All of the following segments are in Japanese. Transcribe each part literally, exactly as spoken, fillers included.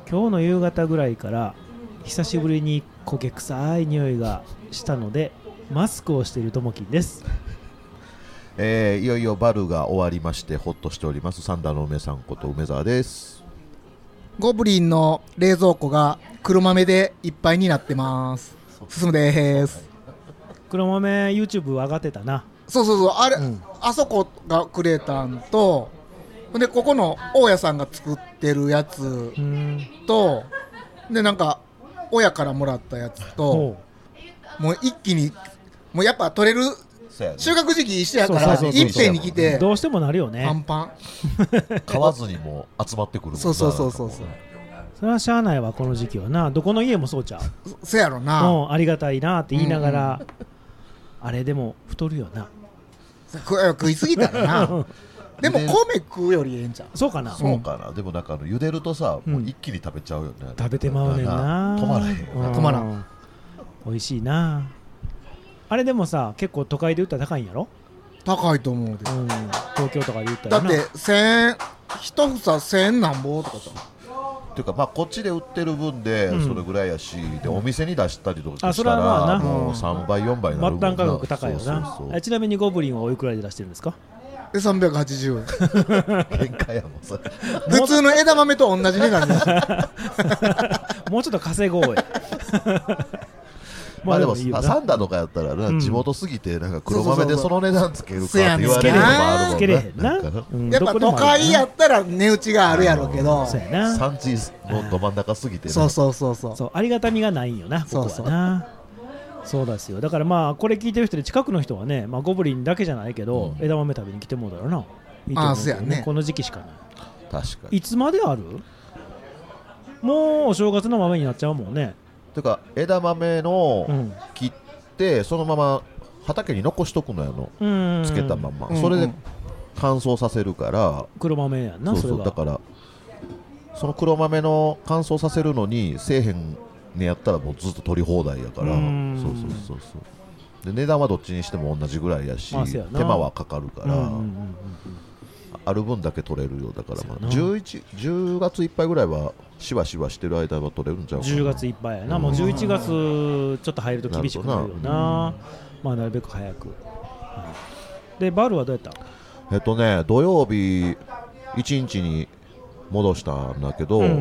今日の夕方ぐらいから久しぶりに焦げ臭い匂いがしたのでマスクをしているともきんです。 えー、いよいよバルが終わりましてほっとしておりますサンダーの梅さんこと梅沢です。 ゴブリンの冷蔵庫が黒豆でいっぱいになってます。進むです。 黒豆 YouTube 上がってたな。 そうそうそう、あれ、 うん、 あそこがくれたんとでここの大家さんが作ってるやつとでなんか親からもらったやつともう一気にもうやっぱ取れる収穫時期一緒やからいっぺんに来てどうしてもなるよね。 パンパン買わずにも集まってくるもんな。 そうそうそうそうそう。 それはしゃあないわこの時期はな。どこの家もそうちゃう。 そやろな。 もうありがたいなって言いながら、うんうん、あれでも太るよな。 食いすぎたらなでも米食うよりええんちゃう。 そうかな。 そうかな。でもなんかあの茹でるとさ、うん、もう一気に食べちゃうよね。 食べてまうねんな。 止まらへん。 止まらん。 美味しいな。あれでもさ結構都会で売ったら高いんやろ。 高いと思うで、うん、 東京とかで売ったらな。だってせん一房せんなんぼとかさ。 っていうかまあこっちで売ってる分でそれぐらいやし、うん、でお店に出したりとかしたらもうさんばいよんばいになるもんな。 末端価格高いよな。そうそうそう。ちなみにゴブリンはおいくらで出してるんですか。 でさんびゃくはちじゅうえん喧嘩やもんそれ普通の枝豆と同じ値段ですもうちょっと稼ごうやまあでもサンダーとかやったらな、うん、地元すぎてなんか黒豆でその値段つけるかって言われるのもあるもんな。 つけれへんな。 うん、やっぱ都会やったら値打ちがあるやろうけど、 そうやな。 産地のど真ん中すぎて、ね、 そうそうそうそう。 そうありがたみがないんよなここはな。そうそうそうですよ。だからまあこれ聞いてる人で近くの人はね、まあ、ゴブリンだけじゃないけど、うん、枝豆食べに来てもうだろうな。いいと思うけどね。 ああそうやね。 この時期しかない。 確かに。 いつまである？もうお正月の豆になっちゃうもんね。 てか枝豆の切ってそのまま畑に残しとくのやの、うん、つけたまま、うんうん、それで乾燥させるから黒豆やんな。 そうそう、それだからその黒豆の乾燥させるのにせえへんねやったらもうずっと取り放題やから。そうそうそうそうで値段はどっちにしても同じぐらいやし手間はかかるから、うんうんうんうん、ある分だけ取れるよ。だからまあじゅういち、じゅうがついっぱいぐらいはしばしばしてる間は取れるんちゃうかな。 じゅうがついっぱいやな、うん、もうじゅういちがつちょっと入ると厳しくなるよな、うん、まあなるべく早く、うん、でバルはどうやった？ えっとね土曜日いちにちに戻したんだけど、うんうんうん、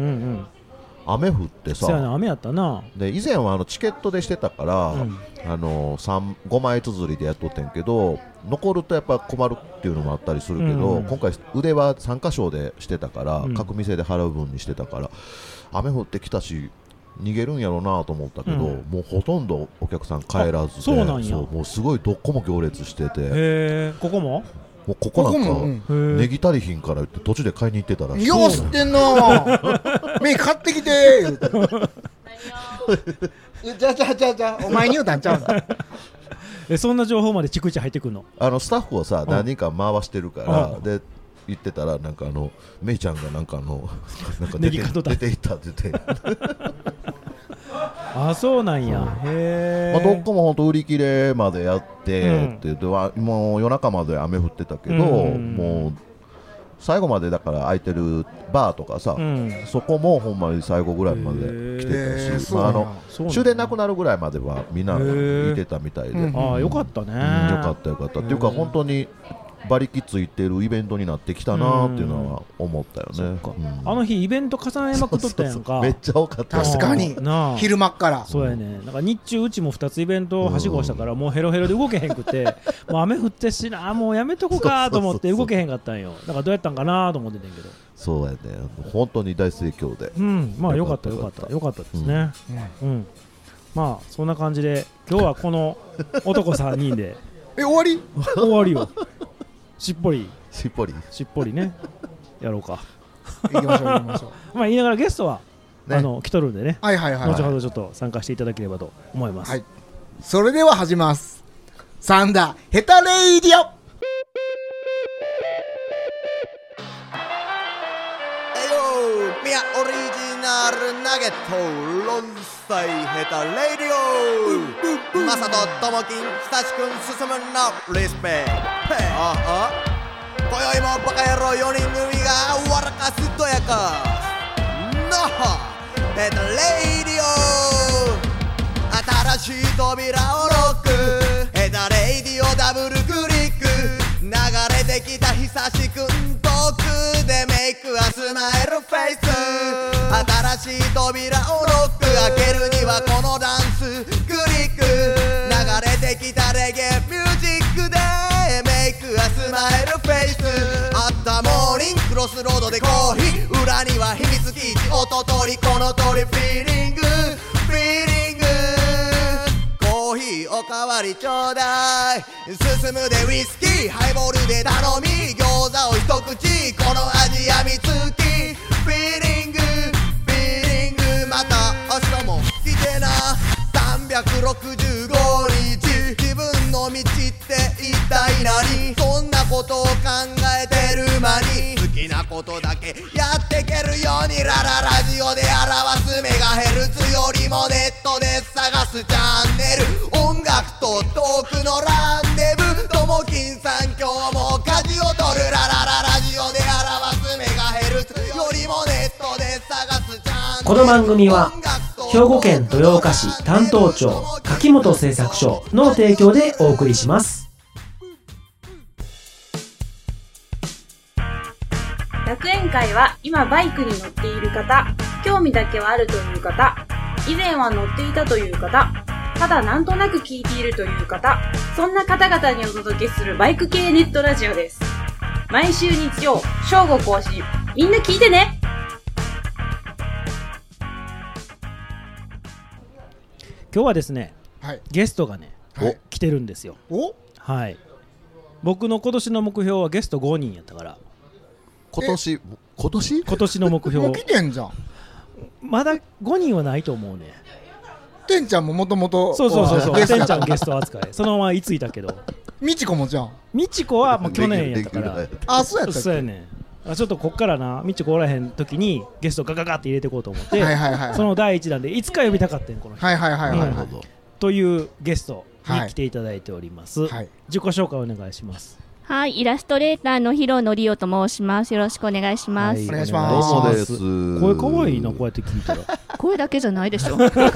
雨降ってさ。 そうやな、雨やったな。 で以前はあのチケットでしてたから、うん、あのごまい綴りでやっとってんけど残るとやっぱ困るっていうのもあったりするけど、うん、今回腕はさん箇所でしてたから、うん、各店で払う分にしてたから雨降ってきたし逃げるんやろうなと思ったけど、うん、もうほとんどお客さん帰らずで、 そうなんや。 そうもうすごいどっこも行列してて。 へー、ここももうここなんかネギ足りひんから言って途中で買いに行ってたらしい。 よう知ってんのメイ買ってきて言うてじゃあじゃあじゃあじゃあお前に言うたんちゃうんだえそんな情報まで逐一入ってくるの？ あのスタッフをさ何人か回してるからで言ってたらなんかあのメイちゃんがなんかあのなんか出て出ていったって言ってあそうなんや。へー、まあ、どっこもほんと売り切れまでやって、うん、ってでもう夜中まで雨降ってたけど、うん、もう最後までだから空いてるバーとかさ、うん、そこもほんまに最後ぐらいまで来てたし、まあ、あの終電なくなるぐらいまではみんないてたみたいで、 ああよかったね、うん、 よかったよかったっていうか本当に馬力ついてるイベントになってきたなっていうのは思ったよね、うん、 あの日イベント重ねまくっとったやんか。そうそうそうめっちゃ多かった。 確かにな昼間っからそうやね。なんか日中うちもふたつイベントをはしごしたから、うん、もうヘロヘロで動けへんくてもう雨降ってしなもうやめとこうかと思って動けへんかったんよ。だからどうやったんかなと思ってたんけど。 そうやね本当に大盛況で、 うん、まあよかったよかったよかったですね、うんうん、まあそんな感じで今日はこの男さんにんでえ終わり終わりよしっぽりしっぽりしっぽりねやろうか行きましょう行きましょうまあ言いながらゲストは、ね、あの来とるんでね、 はいはいはいはい、 後ほどちょっと参加していただければと思います、はい、 それでは始めますサンダーヘタレイディオ。 ミヤオリジナルナゲット論裁ヘタレイディオマサとトモキン久しくん進むのリスペクト。ああ今宵もバカ野郎よにん組が笑かすとやかなはヘッドレイディオ新しい扉をロックヘタレイディオダブルクリック流れてきた久しくんトークでメイクはスマイルフェイス新しい扉をロック開けるにはこのダンスクリック流れてきたレゲエミュージックでメイクはスマイルフェイスあったモーニングクロスロードでコーヒー裏には秘密基地音取りこの通りフィーリングフィーリングコーヒーおかわりちょうだい進むでウイスキーハイボールで頼み餃子を一口この味やみつきフィーリングフィーリングまた明日も来てなさんびゃくろくじゅうごにち自分の道って一体何そんなことを考えてる間に好きなことだけやってけるようにラララジオで表すメガヘルツよりもネットで探すチャンネル音楽とトークのランデブともきんさん今日も舵を取るララララジオで表すメガヘルツよりもネットで探すチャンネルこの番組は兵庫県豊岡市担当庁柿本製作所の提供でお送りします。 楽園会は今バイクに乗っている方、興味だけはあるという方、以前は乗っていたという方、ただなんとなく聞いているという方、そんな方々にお届けするバイク系ネットラジオです。毎週日曜正午更新、みんな聞いてね。 今日はですね、 はい、 ゲストがね、 はい、 来てるんですよ。 おはい。僕の今年の目標はゲストごにんやったから。 今年今年今年の目標もう来てんじゃん。 まだごにんはないと思うね。 てんちゃんももともとそうそうそうそうゲストてんちゃんゲスト扱いそのまま居ついたけどみちこもじゃん。 みちこはもう去年やったからあ、そうやったっけ。 そうやねん。ちょっとこっからなみちこおらへん時にゲストガガガって入れていこうと思ってはいはいはい、 そのだいいちだんでいつか呼びたかったんこの人はいはいはいはい、はい、 うん、というゲストに来ていただいております、はい、自己紹介お願いします。 はい、イラストレーターの広野里夫と申します。よろしくお願いします。はい、 お願いします。 どうもです。 声かわいいな、こうやって聞いたら。 声だけじゃないでしょ。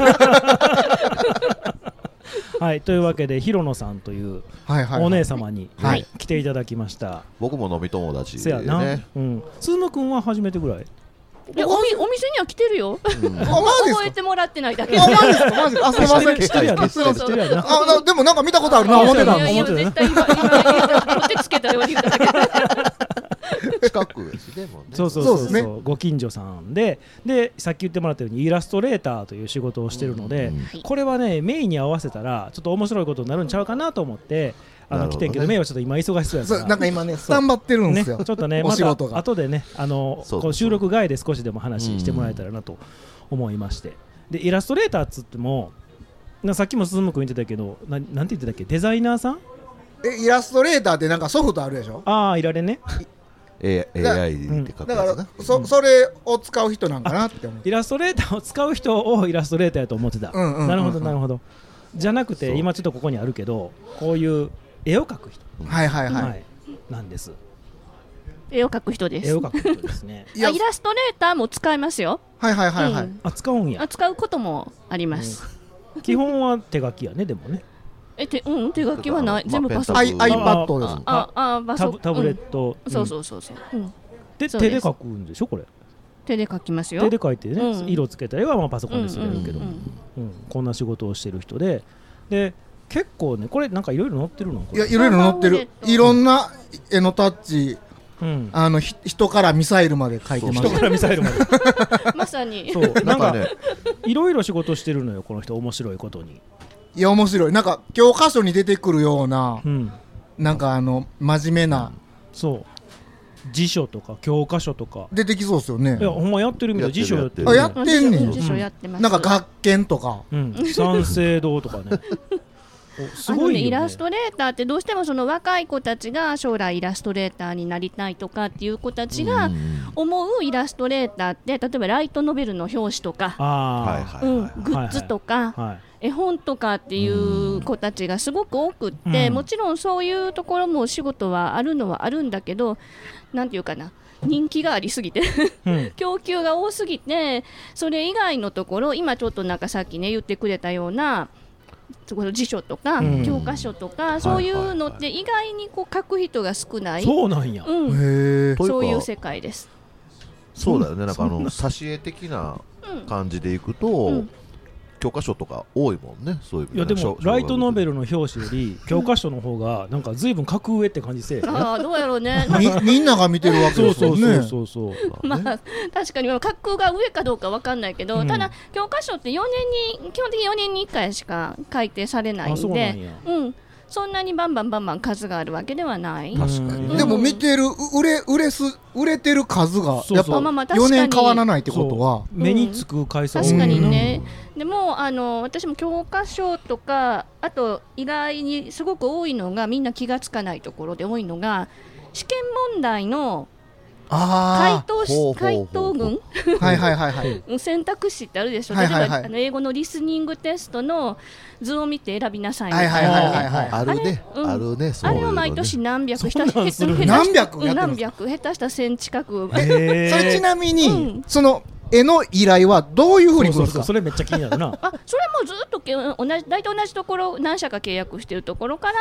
はい、というわけで広野さんというお姉様に、はいはい、来ていただきました。 僕も飲み友達で、ね。 せやな。うん。鈴野くんは初めてぐらい。 え、お, お店には来てるよ。うん、覚えてもらってないだけで。 あ、マジですか、マジですか。あ、すみません。 知ってるやん。 すみません。あ、でもなんか見たことあるな。思ってた。 いやいや、絶対今今こっちつけたように言っただけ。 近くですね。 そうそうそうそう。ご近所さんで、でさっき言ってもらったようにイラストレーターという仕事をしてるので、これはねメインに合わせたらちょっと面白いことになるんちゃうかなと思って。あの来てんけど、メイはちょっと今忙しそうやから、 なんか今ねスタンバってるんですよ。 ちょっとね、また後でね、あのこう収録外で少しでも話してもらえたらなと思いまして、でイラストレーターっつっても、さっきも鈴木君言ってたけど、ななんて言ってたっけ、デザイナーさん？ え、イラストレーターってなんかソフトあるでしょ？ ああ、いられね。 エーアイ って書くやつな。 だからそそれを使う人なんかなって思う。 イラストレーターを使う人をイラストレーターやと思ってた。なるほどなるほど。じゃなくて今ちょっとここにあるけど、こういう絵を描く人、 はいはいはい、はい、 なんです。 絵を描く人です。 絵を描く人ですね。 イラストレーターも使いますよ。 はいはいはいはい。 うん、あ、使うんや。 使うこともあります。 うん、基本は手書きやね、でもね。 え、て、うん、手書きはない、全部パソコン。 iPad です。 ああ、パソコン。 タブレット。 うん、そうそうそうそう。うん、 で、手で書くんでしょ、これ。 手で書きますよ。 手で書いてね、うん、色つけた絵はまあパソコンでするけど、こんな仕事をしてる人で、で。結構ね、これなんかいろいろ載ってるの？ いや、いろいろ載ってる。いろんな絵のタッチ、うん、あの人からミサイルまで描いてます。 人からミサイルまで。 まさに。 そう、なんかね、いろいろ仕事してるのよ、この人、面白いことに。 いや、面白い。なんか教科書に出てくるような、うん、なんかあの真面目な、うん、 そう。辞書とか教科書とか出てきそうですよね。 いや、ほんまやってるみたい。辞書やってる。 あ、やってんねん。 辞書やってます。 なんか学研とか、 うん、三省堂とかね。すごいよね、 イラストレーターってどうしてもその若い子たちが将来イラストレーターになりたいとかっていう子たちが思うイラストレーターって、例えばライトノベルの表紙とか、うん、グッズとか絵本とかっていう子たちがすごく多くって、もちろんそういうところも仕事はあるのはあるんだけど、なんていうかな、 人気がありすぎて供給が多すぎて、それ以外のところ今ちょっとなんかさっきね言ってくれたような辞書とか、うん、教科書とかそういうのって意外にこう書く人が少ない、 そうなんや、 うん、へそういう世界です。 そうだよね、なんかあの挿絵的な感じでいくと、うん、教科書とか多いもんね。そういういやでもライトノベルの表紙より教科書の方がなんか随分格上って感じせえ、 うん、ああどうやろうねみ, みんなが見てるわけですよね。 そうそうそうそうまあ確かに格が上かどうか分かんないけど、うん、ただ教科書ってよねんに基本的によねんにいっかいしか改訂されないんで、そうなんや、うんそんなにバンバンバンバン数があるわけではない。 確かに、うん、でも見てる売れ売れす売れてる数がやっぱよねん変わらないってことは目につく回数、 うん、確かにね、うん、でもあの私も教科書とかあと意外にすごく多いのがみんな気がつかないところで多いのが試験問題の回答し回答群はいはいはいはい選択肢ってあるでしょ。例えば、はいはいはい、あの英語のリスニングテストの図を見て選びなさいみたいな、はいはいはいはい、 あるね、うん、あるね、 そういうのね、あれを毎年何百下手した何百何百下手したせん近くそれちなみに、うん、その絵の依頼はどういうふうに来るんですか。 それめっちゃ気になるなあそれもずっと同じ大体同じところ何社か契約してるところから、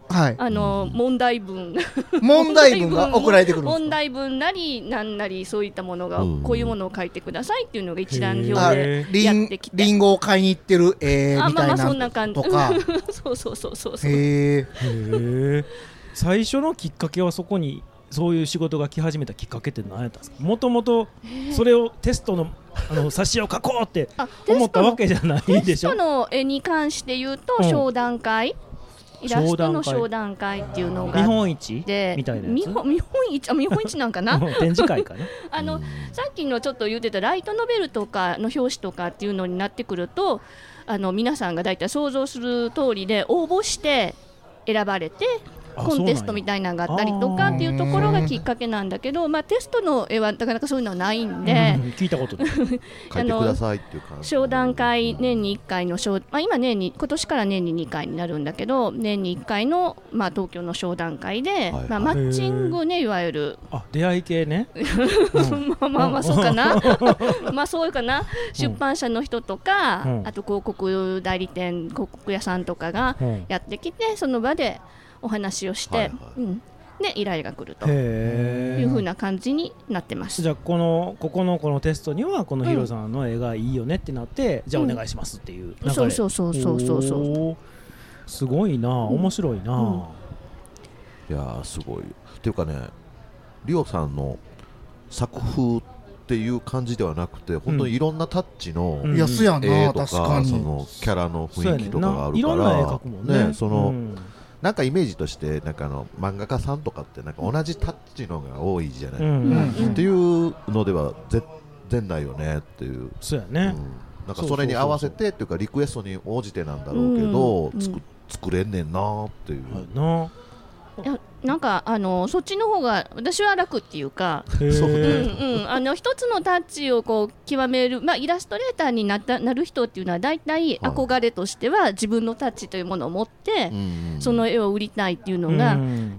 はい、あの問題文問題文が送られてくるんですか。 問題文なりなんなりそういったものが、うん、こういうものを書いてくださいっていうのが一覧表でやってきて、 リンゴを買いに行ってる絵みたいなとか、あ、まあ、まあそんな感じそうそうそうそうそうへー最初のきっかけはそこにそういう仕事が来始めたきっかけって何やったんですか。もともとそれをテストのあの挿絵を描こうって思ったわけじゃないでしょ。テストの絵に関して言うと、うん、商談会イラストの商談会っていうのが見本市みたいなやつ。 見本市あ見本市なんかな展示会かなあのさっきのちょっと言ってたライトノベルとかの表紙とかっていうのになってくると、あの皆さんがだいたい想像する通りで応募して選ばれてコンテストみたいなのがあったりとかっていうところがきっかけなんだけど、まあ、テストの絵はなかなかそういうのはないんで、うん、 聞いたことない書いてくださいっていう感じ。 商談会年にいっかいの、まあ、今年に今年から年ににかいになるんだけど年にいっかいの、まあ、東京の商談会で、はいはい、まあ、マッチングねいわゆるあ出会い系ねまあまあまあそうかなまあそういうかな出版社の人とか、うん、あと広告代理店広告屋さんとかがやってきてその場でお話をして、はいはい、うん、で依頼が来るという風な感じになってます。 じゃあこのここのこのテストにはこのヒロさんの絵がいいよねってなって、うん、じゃあお願いしますっていう流れ、うん、 そうそうそうそうそうそうすごいな、面白いな、うん、 いやーすごいっていうかね、リオさんの作風っていう感じではなくて、本当にいろんなタッチの絵とか、そのキャラの雰囲気とかがあるから、いろんな絵描くもんね。そのなんかイメージとしてなんかあの漫画家さんとかってなんか同じタッチのが多いじゃない、うんうん、っていうのでは全然ないよねっていう。 そうやね、 うん、なんかそれに合わせてっていうかリクエストに応じてなんだろうけど、うん、作, 作れんねんなっていう、うん、 いやなんかあのそっちの方が私は楽っていうか、そう、うんうん、あの一つのタッチをこう極める、まあ、イラストレーターになったなる人っていうのはだいたい憧れとしては自分のタッチというものを持って、はい、その絵を売りたいっていうのが、うん、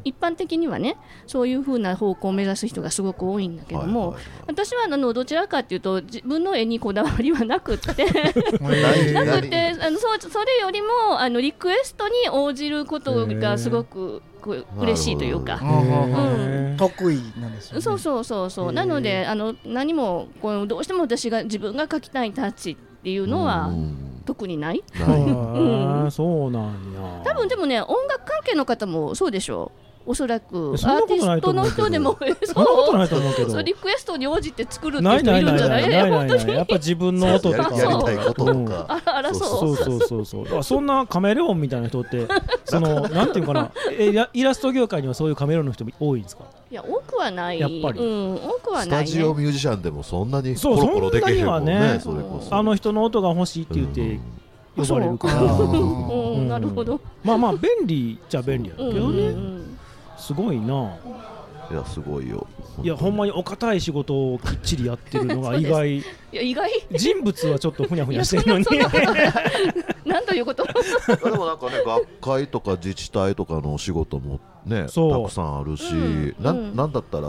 一般的にはねそういう風な方向を目指す人がすごく多いんだけども、はいはいはい、私はあのどちらかっていうと自分の絵にこだわりはなくってなくてあの そ, それよりもあのリクエストに応じることがすごく嬉しいというか、 うん、得意なんですよね。 そうそうそうそう。なのであの何もこうどうしても私が自分が描きたいタッチっていうのは特にない。 うん、そうなんや。 多分でもね音楽関係の方もそうでしょう。おそらくアーティストの人でもそんなことないと思うけど、 そうリクエストに応じて作るっていう人いるんじゃない？ ないないないないない。やっぱ自分の音とかやりたいこととか、 ああらそうそうそうそうそう。そんなカメレオンみたいな人ってそのなんていうかな、えイラスト業界にはそういうカメレオンの人多いんですか？ いや多くはない。 やっぱり、 うん、多くはない、ね。 スタジオミュージシャンでもそんなにコロコロできへんもんね。それこそあの人の音が欲しいって言って呼ばれるから。 なるほど。 まあまあ便利じゃ便利やけどね。すごいな。 いやすごいよ。 いやほんまにお堅い仕事をきっちりやってるのが意外。 いや意外。 人物はちょっとふにゃふにゃしてるのに。 なんということ。でもなんかね学会とか自治体とかのお仕事もねたくさんあるし、うん、な, なんだったら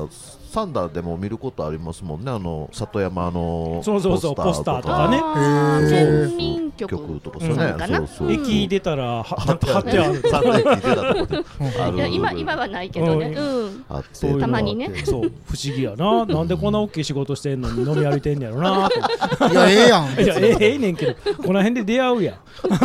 サンダーでも見ることありますもんね、あの里山のそうそうそうポスターとかね、 県民局とかそうかな、 駅出たら貼ってある、 サンダー駅出たとこで、 いや今今はないけどね、うん、たまにね、 そう不思議やな、なんでこんな大きい仕事してんのに飲み歩いてんねやろなって。 いやええやん。 いやええねんけど、この辺で出会うやん。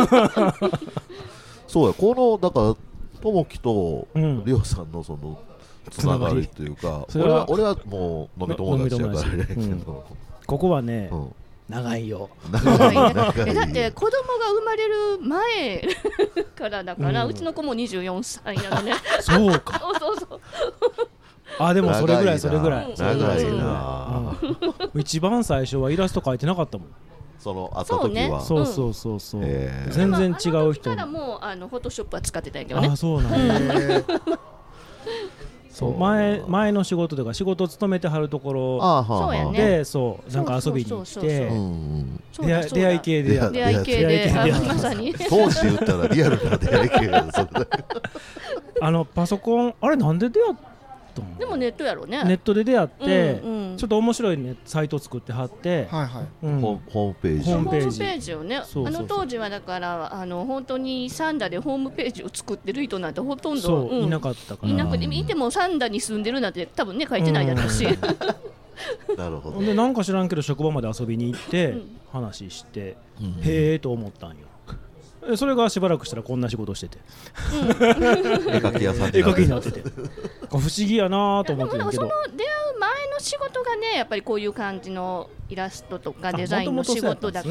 そうや、このだから友樹とリオさんのそのつながりというか、俺は俺はもう飲み友達やからねけど、 ここはね長いよ。 長いね。だって子供が生まれる前からだから、うちの子もにじゅうよんさいなのね。 そうか。 そうそうそう。 あでもそれぐらいそれぐらい。 長いな。 一番最初はイラスト描いてなかったもん。 その会った時はそうそうそうそう、全然違う人。 ただもうあのフォトショップは使ってたけどね。 あそうなんだ。そう前前の仕事とか仕事を勤めてはるところでそうなんか遊びに行って出会い系で出会い系でまさに当時言ったらリアルな出会い系やあのパソコンあれなんで出会ったの？ でもネットやろうね。 ネットで出会ってちょっと面白いねサイト作って貼ってホームページホームページをね、あの当時はだからあの本当にサンダでホームページを作ってる人なんてほとんどいなかったから、 いなくていてもサンダに住んでるなんて多分ね書いてないだろうし。 なるほど。 でなんか知らんけど職場まで遊びに行って話してへえと思ったんよ。それがしばらくしたらこんな仕事してて、 絵描き屋さん絵描きになってて不思議やなと思ってるけど、 その出会う前の仕事がねやっぱりこういう感じのイラストとかデザインの仕事だから、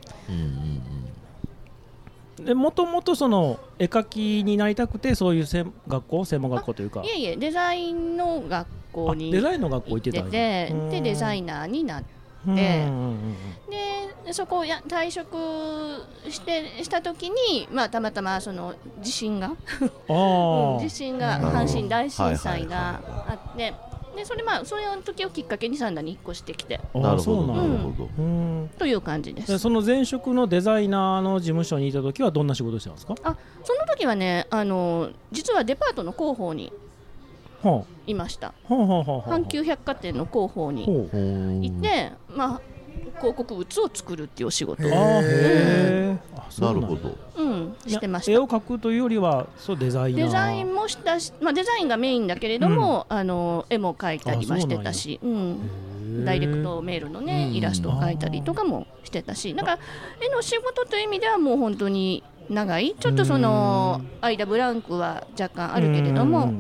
でもともとその絵描きになりたくてそういう学校専門学校というか、 いえいえデザインの学校にデザインの学校行ってたんででデザイナーになってでそこをや退職してした時に、まあ、たまたまその地震が地震が阪神大震災があって、でそれまあそれの時をきっかけにサンダに引っ越してきて、 なるほどなるほど、 うん、という感じです。 その前職のデザイナーの事務所にいた時はどんな仕事してたんですか？ あその時はねあの実はデパートの広報にいました。阪急百貨店の広報にいて、まあ広告物を作るっていう仕事をなるほど、 うん、してました。 絵を描くというよりはそうデザイナーデザインもしたし、まあ、デザインがメインだけれども、うん、あの絵も描いたりはしてたし、うん、ダイレクトメールのねイラストを描いたりとかもしてたし、なんか絵の仕事という意味ではもう本当に長い、ちょっとその間ブランクは若干あるけれども、うん、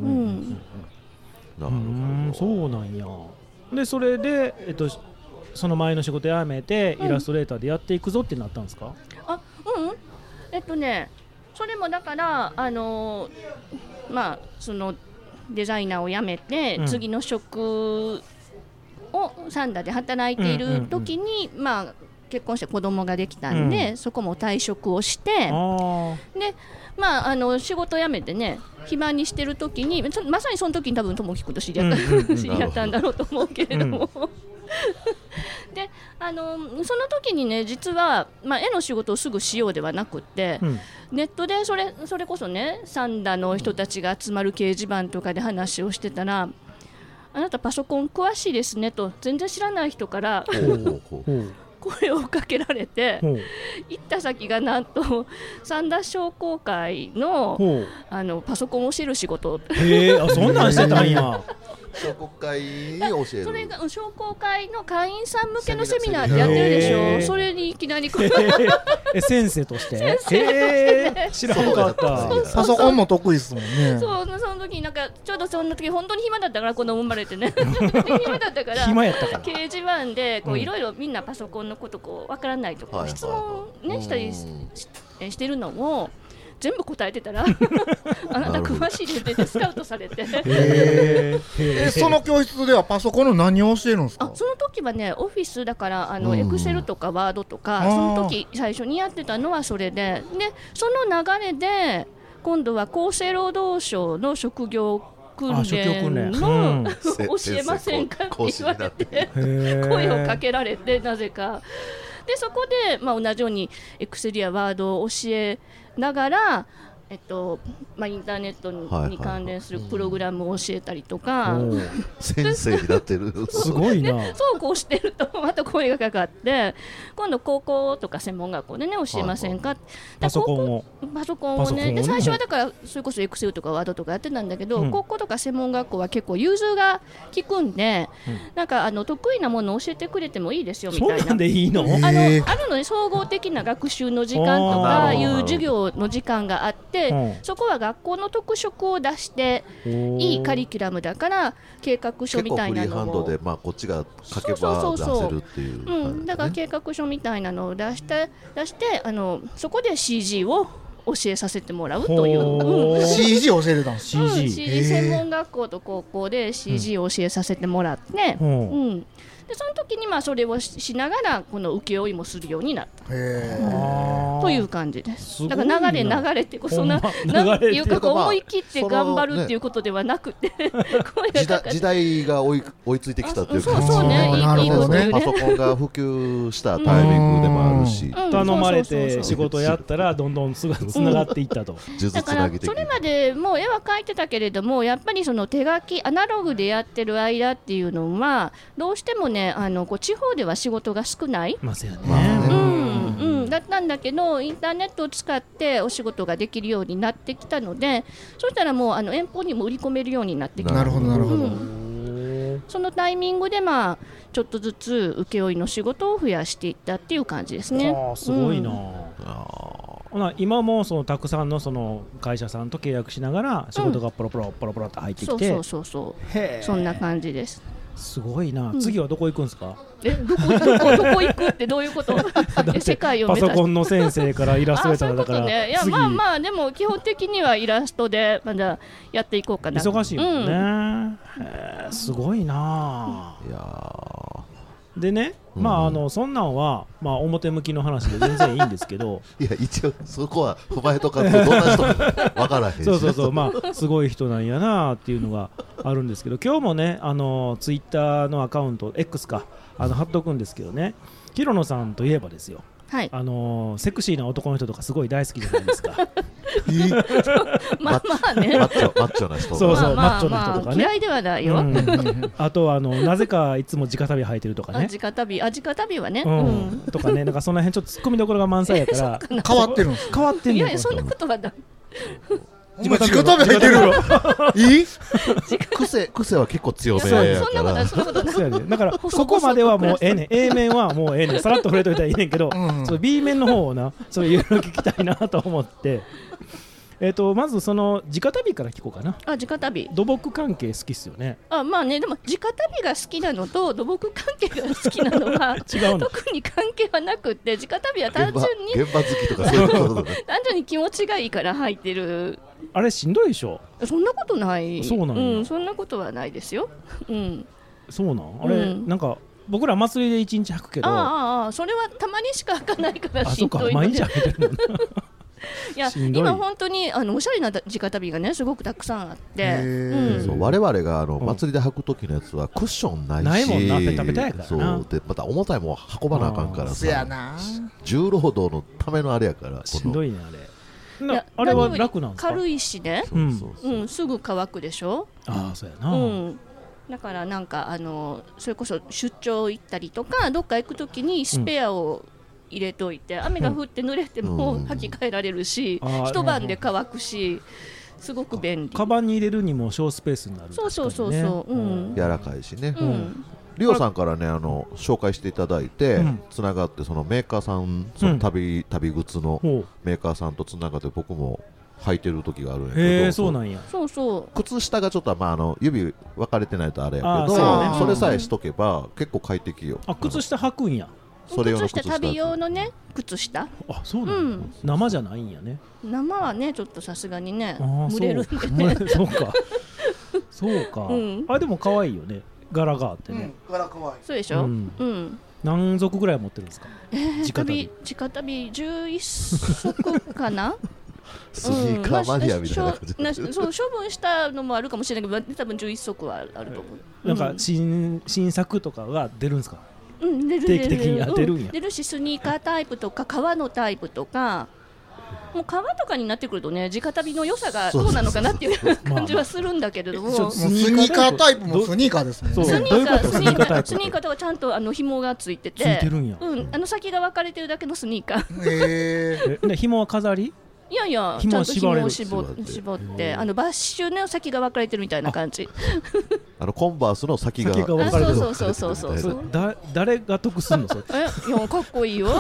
なるほど、 そうなんや。でそれでえっとその前の仕事辞めてイラストレーターでやっていくぞってなったんですか？ あ、うん、えっとねそれもだからあのー、まあそのデザイナーを辞めて、うん、次の職をサンダで働いている時に、うんうんうん、まあ結婚して子供ができたんで、うん、そこも退職をしてでまあ、あの仕事辞めてね暇にしてる時にまさにその時に多分友樹君と知り合った、うんうんうん、知り合ったんだろうと思うけれども、うんであのその時にね実は、まあ、絵の仕事をすぐしようではなくって、うん、ネットでそれ、それこそねサンダの人たちが集まる掲示板とかで話をしてたら、あなたパソコン詳しいですねと全然知らない人から声をかけられて、行った先がなんとサンダ商工会 の, あのパソコンを教える仕事。 へー、あそんなんしてたんや。 商工会に教える。 それが商工会の会員さん向けのセミナーってやってるでしょ。それにいきなりえ先生として先生として知らなかった。 パソコンも得意ですもんね。 そうその時になんかちょうどその時本当に暇だったから子供生まれてね暇だったから暇やったから掲示板でこういろいろみんなパソコンのことこうわからないとか、うん、質問ねしたり し, してるのを全部答えてたらあなた詳しいですってスカウトされてえー、その教室ではパソコンの何を教えるんですか？ あその時はねオフィスだからあのエクセルとかワードとかその時最初にやってたのはそれで、でその流れで今度は厚生労働省の職業訓練の教えませんかって言われて声をかけられて、なぜかでそこで、まあ、同じようにエクセルやワードを教えながらえっとまあ、インターネットに関連するプログラムを教えたりとか、はいはいはい、 先生になってるすごいな。 そうこうしてるとまた声がかかって今度高校とか専門学校でね教えませんか、はいはい、 パソコンをパソコンを ね, をねで最初はだからそれこそエクセルとかワードとかやってたんだけど、うん、高校とか専門学校は結構融通が利くんで、うん、なんかあの得意なものを教えてくれてもいいですよみたいな。 そうなんでいいの？ あのあるのね、総合的な学習の時間とかいう授業の時間があって、うん、そこは学校の特色を出していいカリキュラムだから計画書みたいなのを結構フリーハンドで、まあ、こっちが書けば出せるっていう感じ、ね、 うん、だから計画書みたいなのを出して出してあのそこで シージー を教えさせてもらうという、 うん、シージー 教えてたんです。 シージー、うん、シージー 専門学校と高校で シージー を教えさせてもらって、うんうん、でその時にまあそれをしながらこの請負もするようになった、 へー、という感じです。すだから流れ流れてこそななんていうかこう思い切って頑張るっていうことではなくて、 声がかかって時代が追い、追いついてきたというか、 そうそうね、いいことね、 パソコンが普及したタイミングでもあるし、 頼まれて仕事やったらどんどんつながっていったと、 うん、 だからそれまでもう絵は描いてたけれどもやっぱりその手書きアナログでやってる間っていうのはどうしてもねあのこう地方では仕事が少ない、 ますよね、 うんうん、だったんだけどインターネットを使ってお仕事ができるようになってきたのでそしたらもうあの遠方にも売り込めるようになってきた。 なるほどなるほど、うん、そのタイミングでまあちょっとずつ請負の仕事を増やしていったっていう感じですね。 あすごいな、うん、あ今もそのたくさんのその会社さんと契約しながら仕事がポロポロポロポロって入ってきて、 うん、そうそうそうそうそんな感じです。 すごいな、うん、次はどこ行くんですか？ えどこどこどこ行くってどういうこと世界を目指パソコンの先生からイラストレーターだから、 ね、いやまあまあでも基本的にはイラストでまだやっていこうかな。 忙しいもんね、うん、へすごいな、 うん、いやでね、うん、まああのそんなんはまあ表向きの話で全然いいんですけどいや一応そこは踏まえとかってどんな人か分からへんしそうそうそうまあすごい人なんやなっていうのがあるんですけど今日もねあのツイッターのアカウント X かあの貼っとくんですけどね広野さんといえばですよ、はい、あのセクシーな男の人とかすごい大好きじゃないですかまあまあねマッチョマッチョな人そうそう、 まあまあ、 マッチョな人とかね嫌いではないよ、うん、 あとはあのなぜかいつも直旅履いてるとかね直旅あ直旅はね、 うんうん、とかねなんかその辺ちょっとツッコミどころが満載やから変わってるんです変わってんのいやいやそんなことはないお前直旅履いてるいい癖癖は結構強めやからだからそこまではもうええねん A 面はもうええねんさらっと触れといたらいいねんけど、うんうん、その B 面の方をなそれいろいろ聞きたいなと思ってえー、とまずその直旅から聞こうかな。 あ直旅土木関係好きっすよね。 あまあねでも直旅が好きなのと土木関係が好きなのは違うの特に関係はなくって直旅は単純に現場好きとかそういうことだ、ね、 単純に気持ちがいいから入ってる。 あれしんどいでしょ。 そんなことない。 そうなんや、 うん、そんなことはないですよ、うん、 そうなんあれ、うん、なんか僕ら祭りで一日履くけどああそれはたまにしか履かないからしんどいので。あそうか毎日履いてるもんないや今本当にあのおしゃれな直旅がねすごくたくさんあって、うん、 そう我々があの祭りで履く時のやつはクッションないしないもんなペタペタやからな。 そうでまた重たいもん運ばなあかんからさやな重労働のためのあれやからしんどいねあれなあれは楽なんですか。 軽いしね、うんそうそうそう、うん、すぐ乾くでしょ。 ああそうやな、 うん、だからなんかあのそれこそ出張行ったりとかどっか行く時にスペアを、うん入れといて雨が降って濡れても履き替えられるし、うん、一晩で乾くしすごく便利。 カバンに入れるにも小スペースになる、ね、 そうそうそうそう、うん、 柔らかいしね、うん、リオさんからねあの紹介していただいて、うん、つながってそのメーカーさんその 旅,、うん、旅靴のメーカーさんとつながって僕も履いてる時があるんやけど。 へーそうなんや。 そうそう靴下がちょっと、まあ、あの指分かれてないとあれやけど そ,、ね、それさえしとけば結構快適よ。 あ靴下履くんや。 それ用の靴下旅用のね靴下。 あそうなん、うん、生じゃないんやね。 生はねちょっとさすがにね蒸れるんでね。 そうかそうか、うん、あでも可愛いよね柄があってね、 うん、柄可愛い。 そうでしょ、うんうん、 何足ぐらい持ってるんですか、 えー、直旅直旅じゅういっ足かなスニーカーマニアみたいな感じ、 うんまあ、そう処分したのもあるかもしれないけど多分じゅういっ足はあると思う。 なんか 新, 新作とかが出るんですか。 うん、出る定期的にやってるんや、 うん、出るしスニーカータイプとか革のタイプとかもう革とかになってくるとね、直旅の良さがどうなのかなっていう感じはするんだけれども、 スニーカータイプもスニーカーですもんね。 スニーカー、スニーカー、スニーカーとかちゃんとあの紐がついてて、 ついてるんや。 うん、あの先が分かれてるだけのスニーカー。 へえ。で紐は飾り？ いやいや、ちゃんと紐を絞絞ってあのバッシュの先が分かれてるみたいな感じ。 あのコンバースの先が先が分かれてる。 そうそうそうそうそう。 だ誰が得すんのそれ？ え、いやかっこいいよ。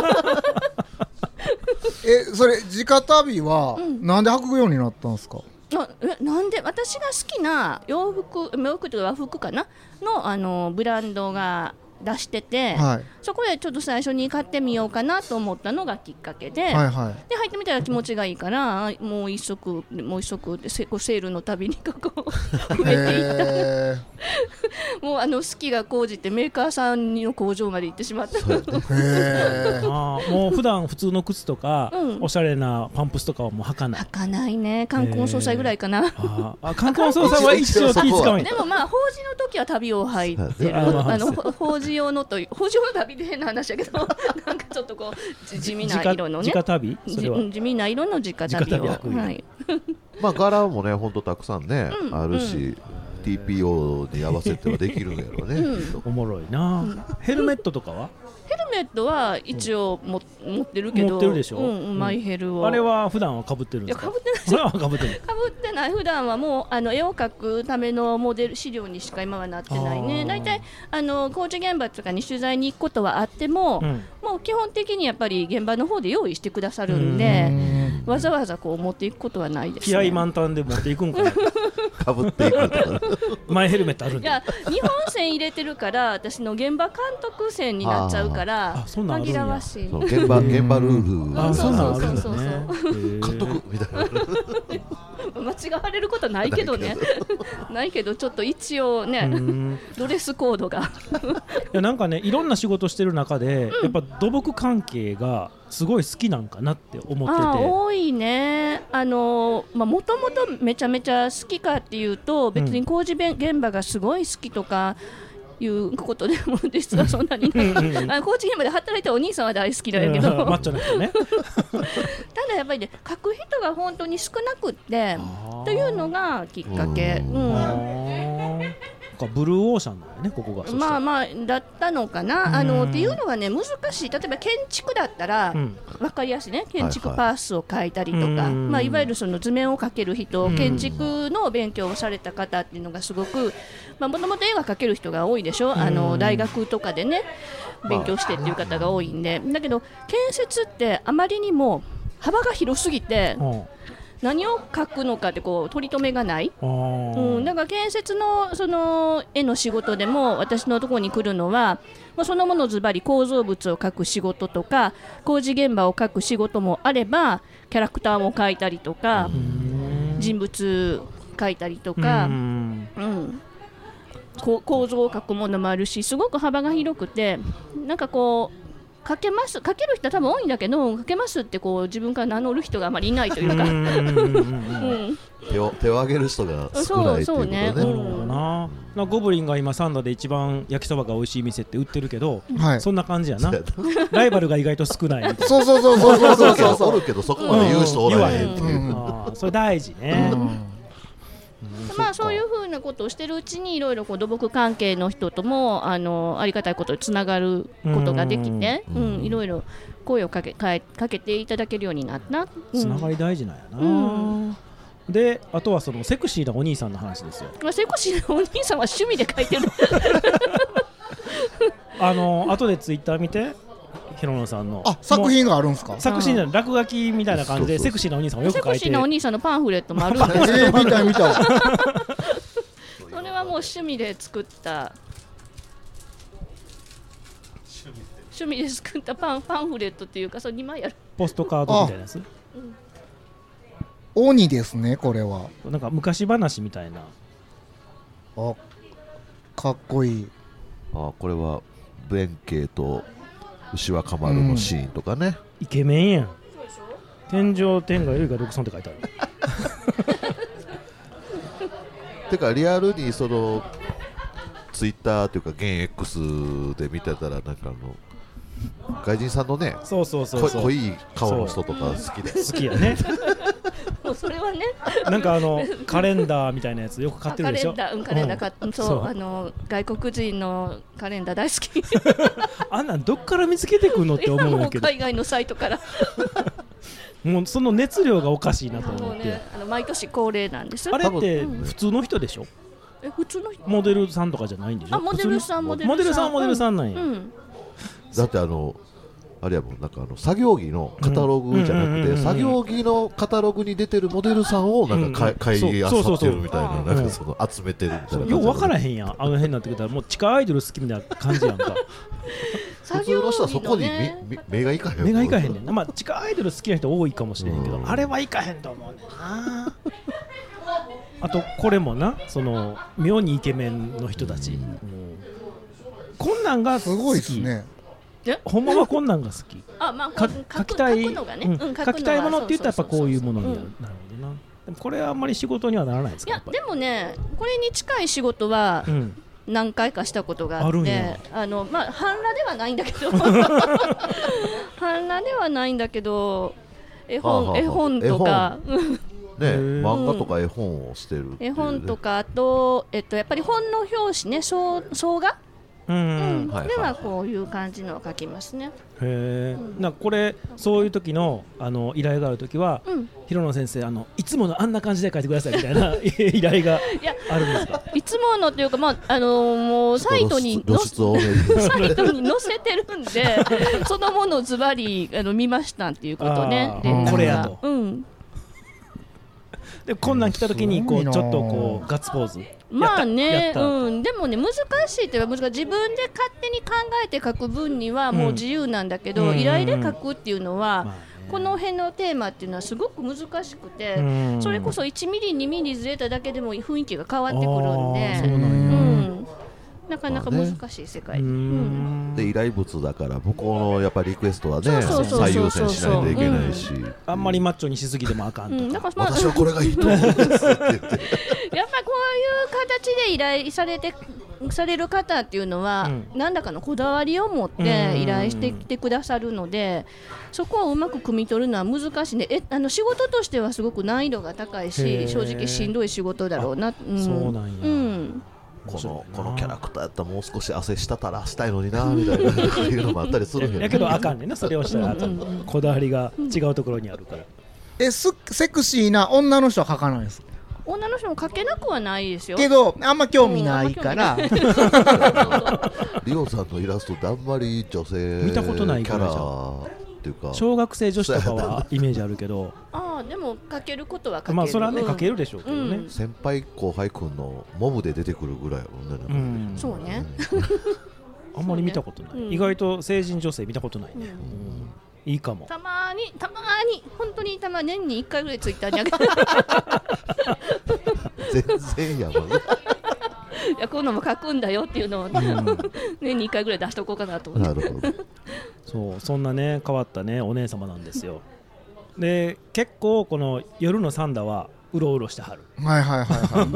え、それ直旅はなんで履くようになったんですか？ あえなんで私が好きな洋服、洋服とか和服かなのあのブランドが出してて、はい、そこでちょっと最初に買ってみようかなと思ったのがきっかけで、はいはい、で入ってみたら気持ちがいいからもう一足もう一足でセールのたびにここ増えていったもうあの好きが高じてメーカーさんの工場まで行ってしまったへあもう普段普通の靴とか、うん、おしゃれなパンプスとかはもう履かない履かないね。冠婚葬祭ぐらいかな。 ああ冠婚葬祭は一応気使う。 でもまあ法事の時は旅を履いてるあの法事用のという法事用の旅で変な話だけどなんかちょっとこう地味な色のね直旅それは地味な色の直旅をはい、 まあ柄もねほんとたくさんね、うん、あるし、うん、ティーピーオー に合わせてはできるんやろうね、 うん、おもろいな、うん、ヘルメットとかはヘルメットは一応も、うん、持ってるけど持ってるでしょ、 うん、マイヘルをあれは普段は被ってるんですか？ いや被ってない被ってない被ってない普段はもうあの絵を描くためのモデル資料にしか今はなってないね。だいたいあの工事現場とかに取材に行くことはあっても、うん、もう基本的にやっぱり現場の方で用意してくださるんでわざわざこう持っていくことはないですね。 気合満タンで持っていくんかなかぶっていくとかマイヘルメットあるんで。 いや日本線入れてるから私の現場監督線になっちゃうから紛らわしい。 現場現場ルールあそうなんあるんだね。 監督みたいな間違われることないけどねないけどちょっと一応ねドレスコードがいやなんかねいろんな仕事してる中で、うん、やっぱ土木関係がすごい好きなんかなって思ってて。 あ多いね。あのまあもともとめちゃめちゃ好きかっていうと別に工事現場がすごい好きとかいうことでも実はそんなにない工事現場で働いたお兄さんは大好きだけどマッチョな人ねただやっぱりね書く人が本当に少なくってというのがきっかけ。うんブルーオーシャンだよねここが。 まあまあだったのかな。あのっていうのがね難しい。例えば建築だったら、うん、分かりやすいね建築パースを書いたりとか、はいはい、まあ、いわゆるその図面を描ける人建築の勉強をされた方っていうのがすごくもともと絵は描ける人が多いでしょ。あの大学とかでね勉強してっていう方が多いんで。だけど建設ってあまりにも幅が広すぎて、うん何を描くのかってこう取り留めがない。うん、だから建設のその絵の仕事でも私のところに来るのは、まあ、そのものズバリ構造物を描く仕事とか工事現場を描く仕事もあればキャラクターも描いたりとか人物描いたりとか、うんうん、構造を描くものもあるしすごく幅が広くてなんかこうかけますかける人は多分多いんだけどかけますってこう自分から名乗る人があまりいないというか手を手を挙げる人が少ないっていうことね。そうね、 なるほどな。なゴブリンが今サンダで一番焼きそばが美味しい店って売ってるけど、はい、そんな感じやなライバルが意外と少ないみたいなそうそうそうそうそうそうそうおるけどそこまで言う人おらへんっていう、うんうん、それ大事ね、うんまあ、そういうふうなことをしてるうちにいろいろ土木関係の人とも あのありがたいことにつながることができていろいろ声をかけ、かけていただけるようになった。 つながり大事なんやな、うん、であとはそのセクシーなお兄さんの話ですよ。 セクシーなお兄さんは趣味で書いてるあの後でツイッター見てヒロノさんのあ作品があるんですか。 作品じゃない落書きみたいな感じでセクシーなお兄さんをよく書いてセクシーなお兄さんのパンフレットもあるんですえー、見た見たそれはもう趣味で作った趣味で作ったパンパンフレットっていうかそれにまいあるポストカードみたいなやつ、うん、 鬼ですねこれは。 なんか昔話みたいな。 あかっこいい。 あこれは弁慶と牛若丸のシーンとかね、 うん、イケメンやん。天上天下よりが独尊って書いてあるてかリアルにそのツイッターというか現 X で見てたらなんかあの外人さんのね、 そうそうそうそう、 濃い顔の人とか好きで好きやねもうそれはねなんかあのカレンダーみたいなやつよく買ってるでしょ。 カレンダー、うん、カレンダー買っ、うん、そう、そうあの外国人のカレンダー大好きあんなんどっから見つけてくるのって思うんだけど、 海外のサイトからもうその熱量がおかしいなと思って、 ね、あの毎年恒例なんです。 あれって普通の人でしょ、うん、 え普通の人モデルさんとかじゃないんでしょ。 あモデルさんモデルさんモデルさんモデルさんなんや、 うんうん、 だってあのあれやもん、なんかあの作業着のカタログじゃなくて作業着のカタログに出てるモデルさんをなんか買いあさってるみたいな、なんかその集めてるみたいな。 よう分からへんやん、あの辺になってきたらもう地下アイドル好きみたいな感じやんか普通の人はそこに目目がいかへん、 目がいかへんねんな。まあ地下アイドル好きな人多いかもしれへんけど、あれはいかへんと思うねんなあとこれもな、その妙にイケメンの人たち、うん、こんなんがすごいですね。 ほんまはこんなんが好き。 あ、まあ、 か書きたい、うん、書きたいものって言ったらやっぱこういうものになるほどな。でもこれはあんまり仕事にはならないですか。 いやでもね、これに近い仕事は何回かしたことがあって、うん、あ, あのまあ半裸ではないんだけど半裸ではないんだけど絵本、はあはあ、絵本とかね、漫画とか絵本をしてる、ね、 絵本とかあと、えっと、やっぱり本の表紙ね、総画うんうん、ではこういう感じのを書きますね。 へー、うん、なんかこれそういう時のあの依頼がある時は、うん、広野先生あのいつものあんな感じで書いてくださいみたいな依頼があるんですか。 いつものというか、まああのー、もうサイトにのサイトに載せてるんでそのものをズバリあの見ましたっていうことね。 これやと、うん、でこんなん来た時にこうちょっとこうガッツポーズ。 まあね、うん、でもね難しいというか、難しい、自分で勝手に考えて書く分にはもう自由なんだけど、うん、依頼で書くっていうのは、まあこの辺のテーマっていうのはすごく難しくて、うん、それこそいちミリにミリずれただけでも雰囲気が変わってくるんで、そうなんや、うん、なかなか難しい世界、まあね、うん、 で依頼物だから向こうのやっぱりリクエストはね最優先しないといけないし、うん、 あんまりマッチョにしすぎてもあかんとか、うん、だからまあ、 私はこれがいいと思うんですって言ってやっぱこういう形で依頼されてされる方っていうのは、うん、何らかのこだわりを持って依頼してきてくださるので、そこをうまく汲み取るのは難しいね。えあの仕事としてはすごく難易度が高いし、正直しんどい仕事だろうな、 うん、そうなんや、うん、 このこのキャラクターやったらもう少し汗したたらしたいのになみたいないうのもあったりするんや、ね、 やけどあかんねんな、それをしたらあかんこだわりが違うところにあるから。 えスセクシーな女の人は書かないですか。 女の人も書けなくはないですよけどあんま興味ないから、うん、 リオさんのイラストってあんまり女性見たことないキャラっていうか小学生女子とかはイメージあるけどああでも書けることは書ける、 まあそれはね、うん、書けるでしょうけどね、うん、 先輩後輩くんのモブで出てくるぐらいはね、 うん、そうねあんまり見たことない、うん、意外と成人女性見たことないね、うんうん、いいかも。 たまにたまに本当にたま年にいっかいぐらいツイッターにあげて全然やばいいやこういうのも書くんだよっていうのを、ねうん、年にいっかいぐらい出しとこうかなと思って。なるほどそうそんなね変わったねお姉様なんですよ。で結構この夜のサンダはうろうろしてはる。 はいはいはい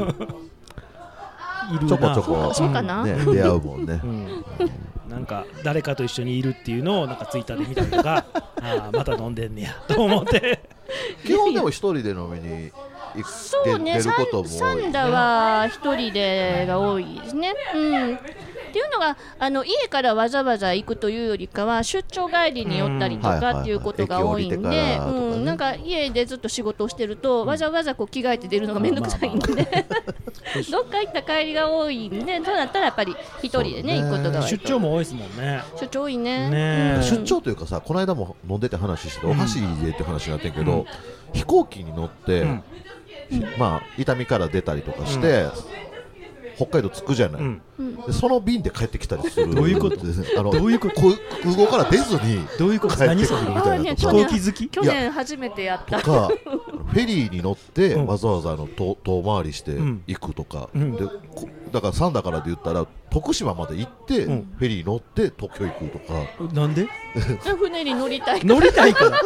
はいいるなちょこちょこそうかな、 ね、出会うもんね、うんなんか誰かと一緒にいるっていうのをなんかツイッターで見たりとかあまた飲んでんねやと思って基本でも一人で飲みに行くそうね、サンダは一人でが多いですね、うんっていうのがあの家からわざわざ行くというよりかは出張帰りに寄ったりとかっていうことが多いんで、なんか家でずっと仕事をしてると、うん、わざわざこう着替えて出るのがめんどくさいんで、まあまあまあ、どっか行った帰りが多いんで、そうなったらやっぱり一人でね行くことが多い。 出張も多いですもんね。 出張多いね。 ね、 うん、出張というかさ、この間も飲んでて話してて、お箸でって話になってんけど、うん、飛行機に乗って、うん、まあ伊丹から出たりとかして。うん北海道着くじゃない、うん、でその便で帰ってきたりする。 どういうことですね。あのどういうこと空港から出ずにどういうこと帰ってくるみたいなとか、飛行機好き去年初めてやったとかフェリーに乗って、うん、わざわざあの遠回りして行くとか、うん、でだから三田からで言ったら徳島まで行って、うん、フェリー乗って東京行くとか。 なんで船に乗りたいから乗りたいから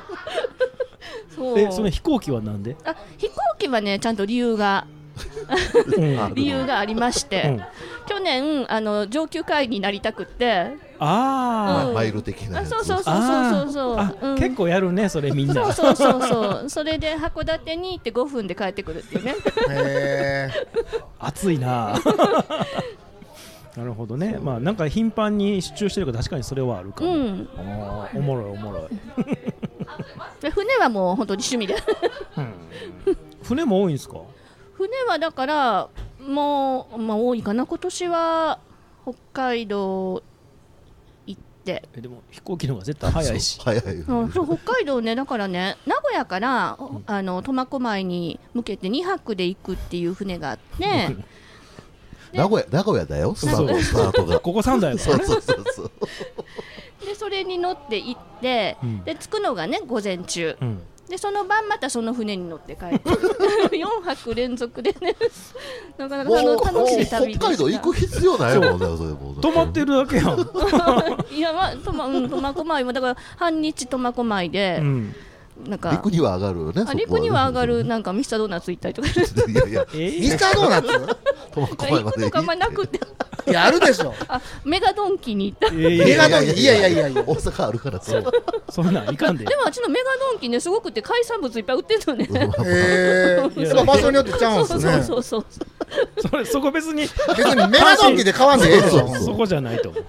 そうえその飛行機はなんで。 あ飛行機はねちゃんと理由が理由がありまして、うん、去年あの上級会員になりたくってああマイル的なやつ。 そうそうそうそうそうあ、うん、結構やるねそれみんな。 そうそうそうそうそれで函館に行ってごふんで帰ってくるっていうね。へー暑いななるほどね。まあなんか頻繁に出張してるから確かにそれはあるかも、うん、あおもろいおもろいで船はもう本当に趣味で、 うん、船も多いんですか？ 船はだからもう、まあ、多いかな。今年は北海道行ってえでも飛行機の方が絶対早いし早い、 うん、そう北海道ねだからね名古屋から、うん、あの苫小牧に向けてにはくで行くっていう船があって名古屋名古屋だよスタートスタートがここさんだよそうそうそうそうでそれに乗って行って、うん、で着くのがね午前中、うん、でその晩またその船に乗って帰ってよんはく連続でねなかなか楽しい旅でした。 北海道行く必要ないもんねそれも泊まってるだけやんいやまあ苫小牧もだから半日苫小牧で、うんなんか陸には上がるよね。 あ陸には上がるなんかミスタードーナツ行ったりとかいやいや、えー、ミスタードーナツ行くとかあんまなくていやあるでしょあメガドンキに行った、えー、メガドンキいやいやいやいや大阪あるからそそんなんいかんで。 でもあっちのメガドンキねすごくて海産物いっぱい売ってるのねへえー、場所によってちゃうんすね。 そうそうそうそれそこ別に別にメガドンキで買わんでええでしょそこじゃないと思う。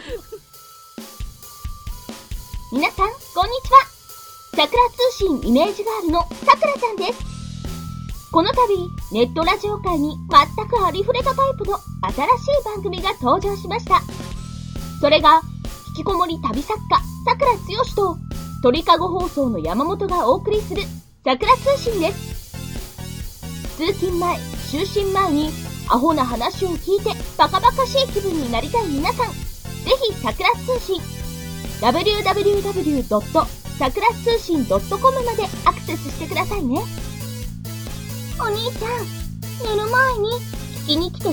皆さんこんにちは。さくら通信イメージガールのさくらちゃんです。この度ネットラジオ界に全くありふれたタイプの新しい番組が登場しました。それが引きこもり旅作家さくらつよしと鳥かご放送の山本がお送りするさくら通信です。通勤前就寝前にアホな話を聞いてバカバカしい気分になりたい皆さん、ぜひさくら通信 ダブリューダブリューダブリュードットさくら通信 ドットコム までアクセスしてくださいね。お兄ちゃん寝る前に聞きに来てね。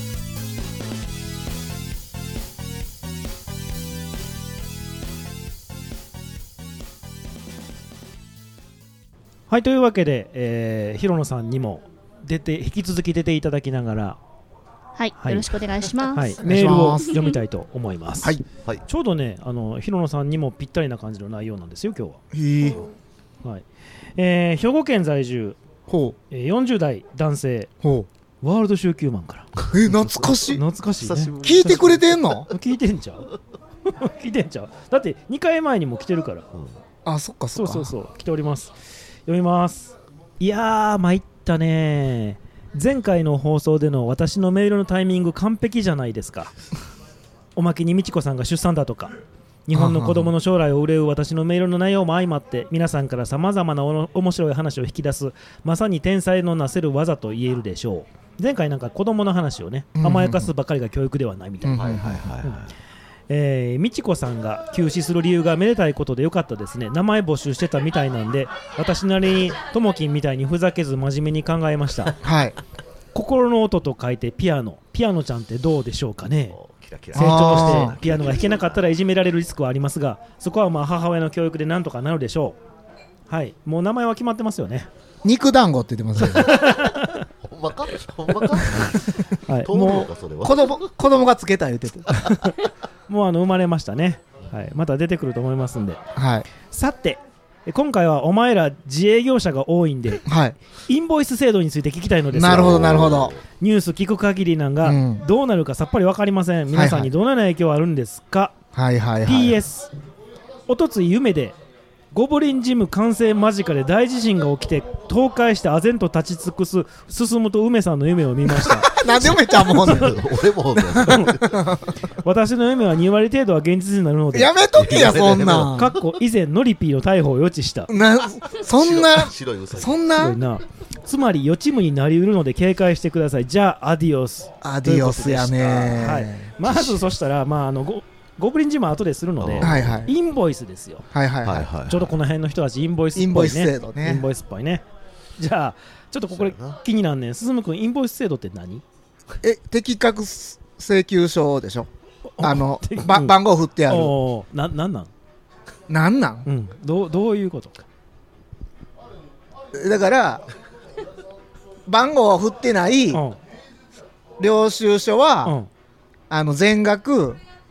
はいというわけで、えー、広野さんにも出て引き続き出ていただきながらはい、はい、よろしくお願いします、 はい、メールを読みたいと思います、 はいはい、ちょうどねあの広野さんにもぴったりな感じの内容なんですよ今日は。 へー、 はいえー、兵庫県在住ほう、えー、よんじゅう代男性ほうワールド週休マンからえ懐かしい懐かしいね。 聞いてくれてんの聞いてんちゃう聞いてんちゃうだってにかいまえにも来てるから、うん、 あそっかそっかそうそうそう来ております。読みます。いやー参ったね。前回の放送での私のメールのタイミング完璧じゃないですかおまけに美智子さんが出産だとか日本の子供の将来を憂う私のメールの内容も相まって皆さんからさまざまなお面白い話を引き出すまさに天才のなせる技と言えるでしょう。前回なんか子供の話をね甘やかすばかりが教育ではないみたいな。美智子さんが休止する理由がめでたいことでよかったですね。名前募集してたみたいなんで私なりにともきんみたいにふざけず真面目に考えました、はい、心の音と書いてピアノピアノちゃんってどうでしょうかね。成長してピアノが弾けなかったらいじめられるリスクはありますがそこはまあ母親の教育でなんとかなるでしょう。はいもう名前は決まってますよね。 肉団子って言ってますよねほんまかほんまかはい、もう子供子供がつけた言っててもうあの生まれましたね、はい、また出てくると思いますんで、はい、さて今回はお前ら自営業者が多いんで、はい、インボイス制度について聞きたいのですが。 なるほどなるほど。 ニュース聞く限りなんが、うん、どうなるかさっぱり分かりません。皆さんにどのような影響あるんですか。はいはいはい、ピーエス おとつい夢でゴブリンジム完成間近で大地震が起きて倒壊して唖然と立ち尽くす進むと梅さんの夢を見ましたなんで梅ちゃんも俺も私の夢はに割程度は現実になるのでやめとけやそんなかっこ以前ノリピーの逮捕を予知したなそんなそんななつまり予知夢になりうるので警戒してください。じゃあアディオスアディオスやね、 はい、まずそしたら、まあ、あのゴブリンジムは後でするので、はいはい、インボイスですよ、はいはいはいはい、ちょうどこの辺の人たちインボイスっぽいね。 インボイス制度ね。 インボイスっぽいね。じゃあちょっとここで気になんねん。進君インボイス制度って何？ え適格請求書でしょ。あのば番号振ってある。 おななんなんなんなん、 うん、どうどういうことか。 だから番号を振ってない領収書は、うん、あの全額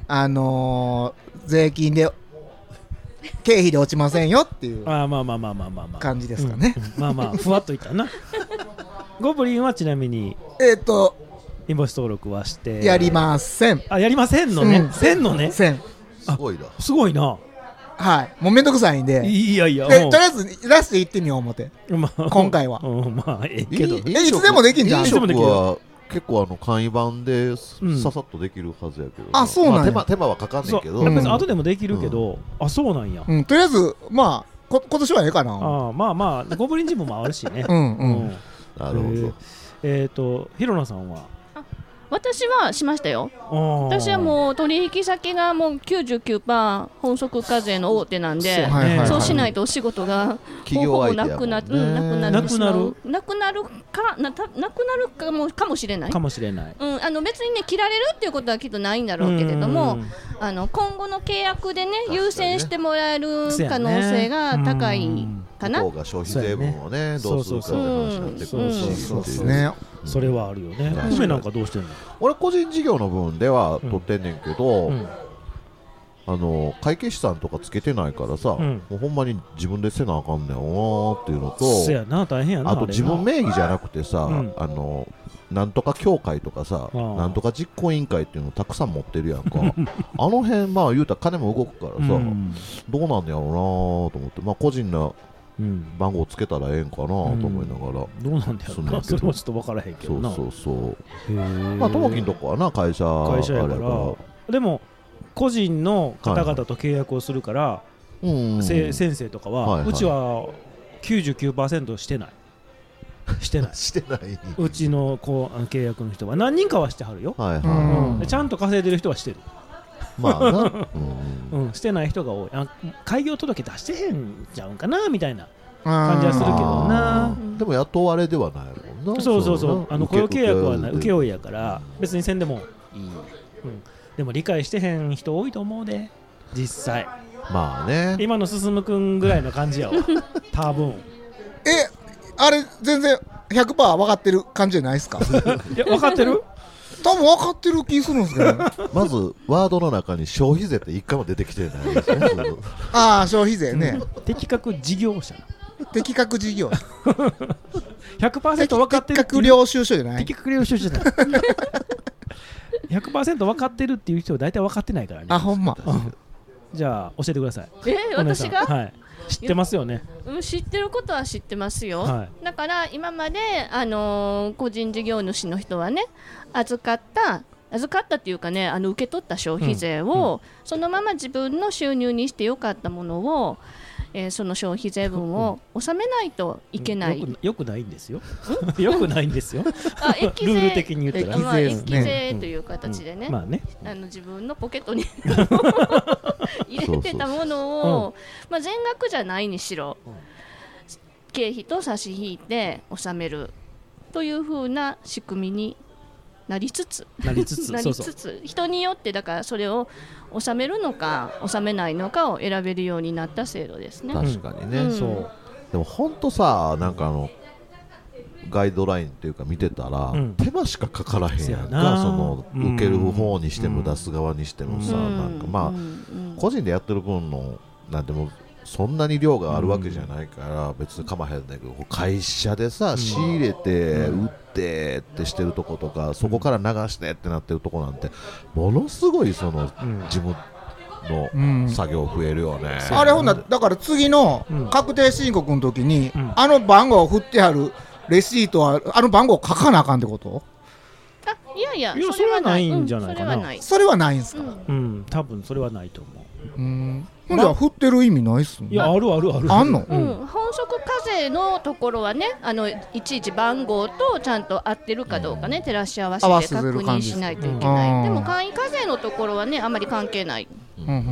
あのー、税金で経費で落ちませんよっていうあまあまあまあまあまあまあ感じですかね、 うん、まあまあふわっといったなゴブリンはちなみにえっとインボイス登録はしてやりません。 あやりませんのね、うん、せんのねせんすごいなすごいなはいもうめんどくさいんでいやいやとりあえずラスト行ってみよう思って、まあ、今回は、 うん、まあええけどえいつでもできんじゃん。 飲食は結構あの簡易版で、うん、ささっとできるはずやけど、 あそうなんや、 まあ、手間手間はかかんねんけど、 別に後でもできるけど、うん、あそうなんや、 うん、とりあえずまあこ今年はええかな。 あまあまあゴブリンジムもあるしねうんうん、うん、 なるほど。 えっ、ー、とひろなさんは私はしましたよ。私はもう取引先がもう きゅうじゅうきゅうパーセント 本則課税の大手なんで、そう、はいはいはい、そうしないとお仕事がほぼほぼなくなる、なくなるしまう、なくなるかな、なくなるかもかもしれない。 かもしれない。 うん、あの別にね切られるっていうことはきっとないんだろうけれども、あの今後の契約でね優先してもらえる可能性が高いかな。 向こうが消費税分をねどうするかって話になってくるし、 そうですね。 それはあるよね。梅なんかどうしてんの？ 俺個人事業の分では取ってんねんけど、うん、あの会計士さんとかつけてないからさ、うん、もうほんまに自分でせなあかんねんなっていうのと、 そやな大変やな。 あと自分名義じゃなくてさ、うん、あのなんとか協会とかさ、なんとか実行委員会っていうのをたくさん持ってるやんかあの辺まあ言うたら金も動くからさ、うん、どうなんやろうなと思って、まあ個人のうん、番号つけたらええんかなと思いながら、 うん、どうなんだよなそれもちょっと分からへんけどな。 そうそうそうまあともきんとこはな会社会社やからでも個人の方々と契約をするから、はいはい、先生とかは、はいはい、うちは きゅうじゅうきゅうパーセント してないしてないしてないうちのこう契約の人は何人かはしてはるよ、 はいはいうん、ちゃんと稼いでる人はしてるまあな、 うんうん、してない人が多い。あ開業届出してへんちゃうんかなみたいな感じはするけどな。 でも雇われではないもんな。 そうそうそうあの雇用契約は請負やから別にせんでもいい、うん、でも理解してへん人多いと思うで実際。 まあね今の進くんぐらいの感じやわ多分。 えあれ全然 ひゃくパーセント 分かってる感じじゃないですかいや分かってる多分分かってる気するんですけど、ね、 まずワードの中に消費税って一回も出てきてないですねああ消費税ね、 うん、適格事業者適格事業ひゃくパーセント 分かってる適格領収書じゃない適格領収書じゃないひゃくパーセント 分かってるっていう人は大体分かってないからね。 あほんま、 うん、じゃあ教えてください。 えー、私が、 はい、知ってますよね。 うん、知ってることは知ってますよ、はい、だから今まで、あのー、個人事業主の人はね預かった預かったっていうかねあの受け取った消費税を、うんうん、そのまま自分の収入にしてよかったものを、えー、その消費税分を納めないといけない、 うん、よ, くよくないんですよよくないんですよあ益税ルール的に言ったら、 まあ、益税という形でね、 うんうんまあ、ねあの自分のポケットに入れてたものをそうそう、まあ、全額じゃないにしろ、うん、経費と差し引いて納めるというふうな仕組みになりつつなりつつなりつつそうそう人によってだからそれを納めるのか納めないのかを選べるようになった制度ですね。 確かにね、 うん、 そうでも本当さなんかあのガイドラインっていうか見てたら、うん、手間しかかからへんやんか。その受ける方にしても出す側にしてもさ、うん、なんかまあ、うん、個人でやってる分のなんてもそんなに量があるわけじゃないから別にかまへんだけど会社でさ、うん、仕入れて売ってってしてるとことかそこから流してってなってるとこなんてものすごいその事務の作業増えるよね、 うん、あれほんなだから次の確定申告の時に、うん、あの番号を振ってあるレシートはあの番号を書かなあかんってこと？ あいやいやいやそれはないんじゃないかな、うん、それはないそれはないんですか？ うん、うん、多分それはないと思う。 うんじゃあ振ってる意味ないっすね。 いやあるあるあるあんの、 うん、本則課税のところはねあのいちいち番号とちゃんと合ってるかどうかね照らし合わせて確認しないといけない。でも簡易課税のところはねあんまり関係ない、 うんうんうん、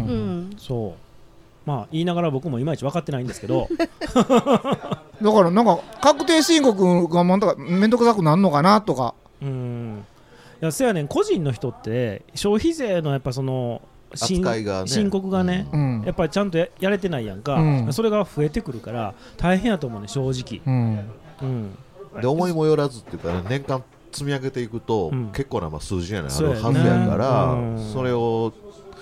そうまあ言いながら僕もいまいち分かってないんですけどだからなんか確定申告が面倒くさくなるのかなとか。 うんいやせやねん個人の人って消費税のやっぱその扱いがね、 申告がね、うん、やっぱりちゃんと や, やれてないやんか、うん、それが増えてくるから大変やと思うね正直、うんうん、で思いもよらずっていうか、ね、年間積み上げていくと、うん、結構なまあ数字になるはずやから、うん、それを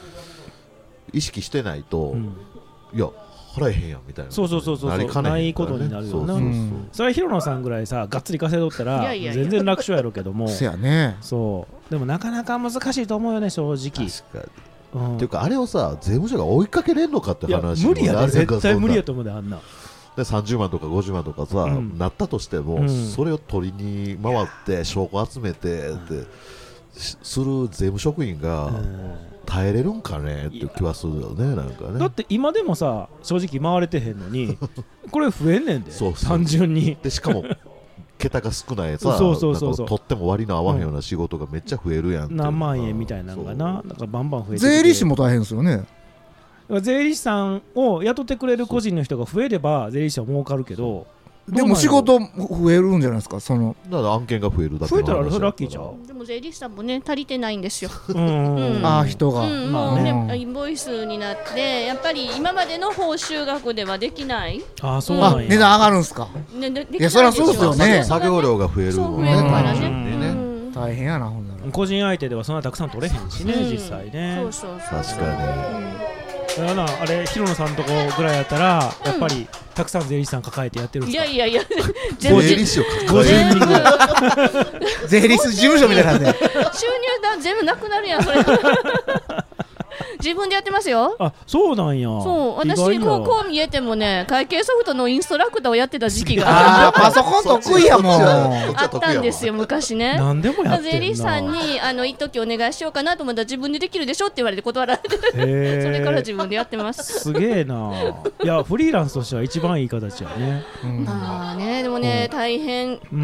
意識してないと、うん、いや払えへんやんみたいなそうそうそうそうなりかねへん、ね、ないことになるよな。そうそうそう、うん、それは広野さんぐらいさがっつり稼いどったらいやいやいや全然楽勝やろうけどもそうやね。 そうでもなかなか難しいと思うよね正直。 確かに、うん、っていうかあれをさ税務署が追いかけれんのかって話。 無理やで絶対無理やと思うであんなでさんじゅうまんとかごじゅうまんとかさ、うん、なったとしても、うん、それを取りに回って証拠集めてって、うん、する税務職員が耐えれるんかねっていう気はするよね。なんかねだって今でもさ正直回れてへんのにこれ増えんねんでそうそう単純にでしかも桁が少ないさそうそうそうそう取っても割の合わへんような仕事がめっちゃ増えるやん、うん、 何万円みたいなのがななんかバンバン増えて税理士も大変ですよね。 税理士さんを雇ってくれる個人の人が増えれば税理士は儲かるけどでも仕事増えるんじゃないですか。そのだから案件が増えるだけ増えたらラッキーじゃん。 でも税理士さんもね足りてないんですようんうん、ああ人が、 うんまあね、もうねインボイスになってやっぱり今までの報酬額ではできない。 ああそうなんや、 うん、値段上がるんすか、 ね、でいやそりゃそうですよね。 作業量が増えるもんね。そう増えるからね、 うん、大変やなほんなら。 個人相手ではそんなたくさん取れへんしね、うん、実際ね。 そうそうそう確かに、うんだからあれ広野さんのとこぐらいやったらやっぱりたくさん税理士さん抱えてやってるんですか。 いやいやいや税理士を抱えてる税理士事務所みたいなんで収入だ全部なくなるやんそれ自分でやってますよ。 あそうなんや。 そう私こうこう見えてもね会計ソフトのインストラクターをやってた時期があパソコン得意やもんあったんですよ昔ね。 何でもやってんな。 税理士さんにあの一時お願いしようかなと思ったら自分でできるでしょって言われて断られてそれから自分でやってます。 すげえないやフリーランスとしては一番いい形やね、 うん、まあねでもね、うん、大変、うん、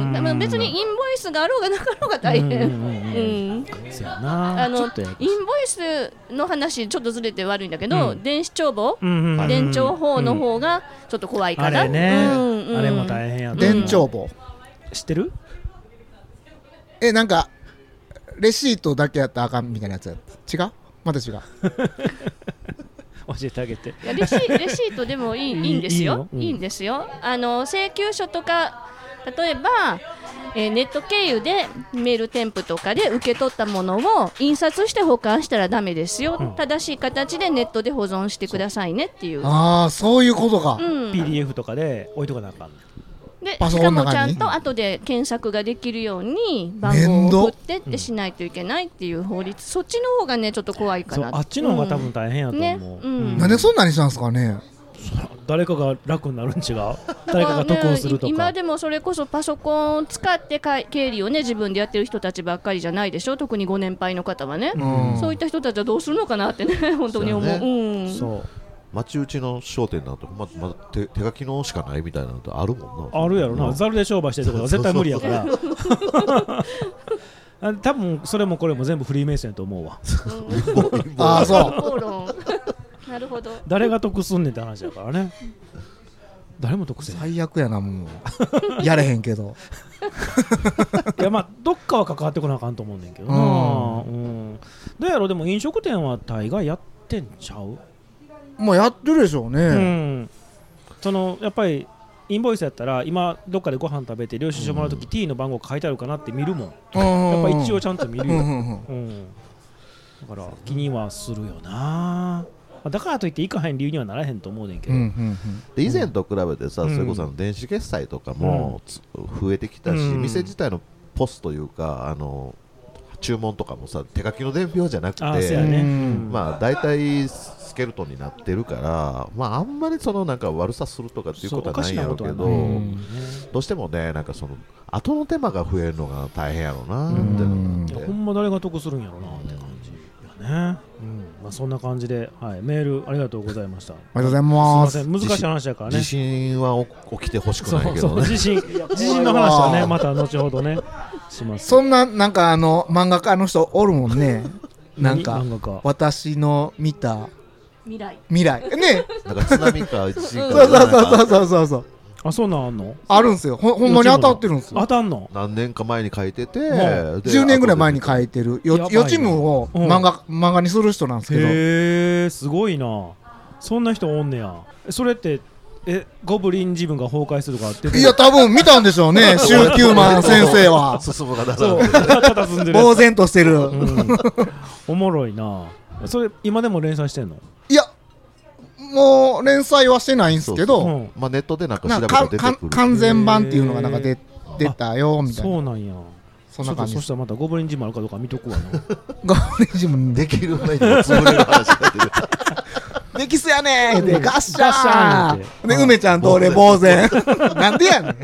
でも別にインボイスがあろうがなかろうが大変。うん、 そうやな。 あのインボイスの話ちょっとずれて悪いんだけど、うん、電子帳簿、うんうん、電帳法の方がちょっと怖いから、 うん、あれね、うんうん、あれも大変やな。 電帳簿知ってる？ えなんかレシートだけやったらあかんみたいなやつや違う？また違う教えてあげて。 いやレシレシートでもいい、いいんですよ。いい、いいんですよ。あの請求書とか例えば、えー、ネット経由でメール添付とかで受け取ったものを印刷して保管したらダメですよ、うん、正しい形でネットで保存してくださいねっていう。 ああそういうことか、 うん、 ピーディーエフ とかで置いとかなあかんね。 でしかもちゃんと後で検索ができるように番号を振ってってしないといけないっていう法律、うん、そっちの方がねちょっと怖いかな。 あっちの方が多分大変やと思う、ねうん、なんでそんなにしたんですかね。 誰かが楽になるん違う誰かが得をするとか、 ね、今でもそれこそパソコンを使って経理をね自分でやってる人たちばっかりじゃないでしょ。特にご年配の方はね、うん、そういった人たちはどうするのかなってね本当に思う。そうね、うん、そう町内の商店だとままだ 手, 手書きのしかないみたいなのってあるもんな。 あるやろな、ざるで商売してるところは絶対無理やから多分それもこれも全部フリーメイソンやと思うわ、 うん、ああそうなるほど。 誰が得すんねんって話だからね。誰も得せん。 最悪やなもうやれへんけどいやまあどっかは関わってこなあかんと思うねんけどな、うんうん、どうやろ。でも飲食店は大概やってんちゃう。 まあやってるでしょうね、うん、 そのやっぱりインボイスやったら今どっかでご飯食べて領収書もらうとき、うん、T の番号書いてあるかなって見るもん、うん、やっぱ一応ちゃんと見るよ、うんうん、だから気にはするよな。だからといっていかへん理由にはならへんと思うねんけど、うんうんうん、 で以前と比べてさ、うん、それこそ電子決済とかも、うん、増えてきたし、うん、店自体のポスというかあの注文とかもさ手書きの伝票じゃなくて、あ、そうやね、まあ大体スケルトンになってるから、まああんまりそのなんか悪さするとかっていうことはないんやろうけど、どうしてもねなんかその後の手間が増えるのが大変やろうなって思って、 ほんま誰が得するんやろうなって感じやね。うん、まあそんな感じで、はい、メールありがとうございました。ありがとうございます。 すみません難しい話だからね。 地震は起きてほしくないけどね。そうそう地震地震の話はねまた後ほどねします。 そんななんかあの漫画家の人おるもんね。なんか私の見た未来未来ね。 なんか津波か地震か。 そうそうそうそうそうそう。 あ、そうなんあんの？ あるんですよ。 ほ, ほんまに当たってるんですよ。 当たんの？ 何年か前に書いてて、 じゅうねんぐらい前に書いてる予知夢を漫画、うん、漫画にする人なんですけど。 へーすごいな。そんな人おんねや。それってえゴブリン自分が崩壊するかって。 いや多分見たんでしょうね鍼灸マン先生は。 進むがだらんで呆然としてる、 うん、おもろいな。 それ今でも連載してんの？ いやもう連載はしてないんですけど、 そうそう、まあ、ネットでなんか調べたら出てくる完全版っていうのがなんか出出たよみたいな。 そうなんや。 そんな感じ。 そしたらまたゴブリンジムあるかどうか見とくわな。 ゴブリンジムできる前に潰れる話が出てる。 できすやねーでガッシャーで梅ちゃんと俺呆然なんでやねん。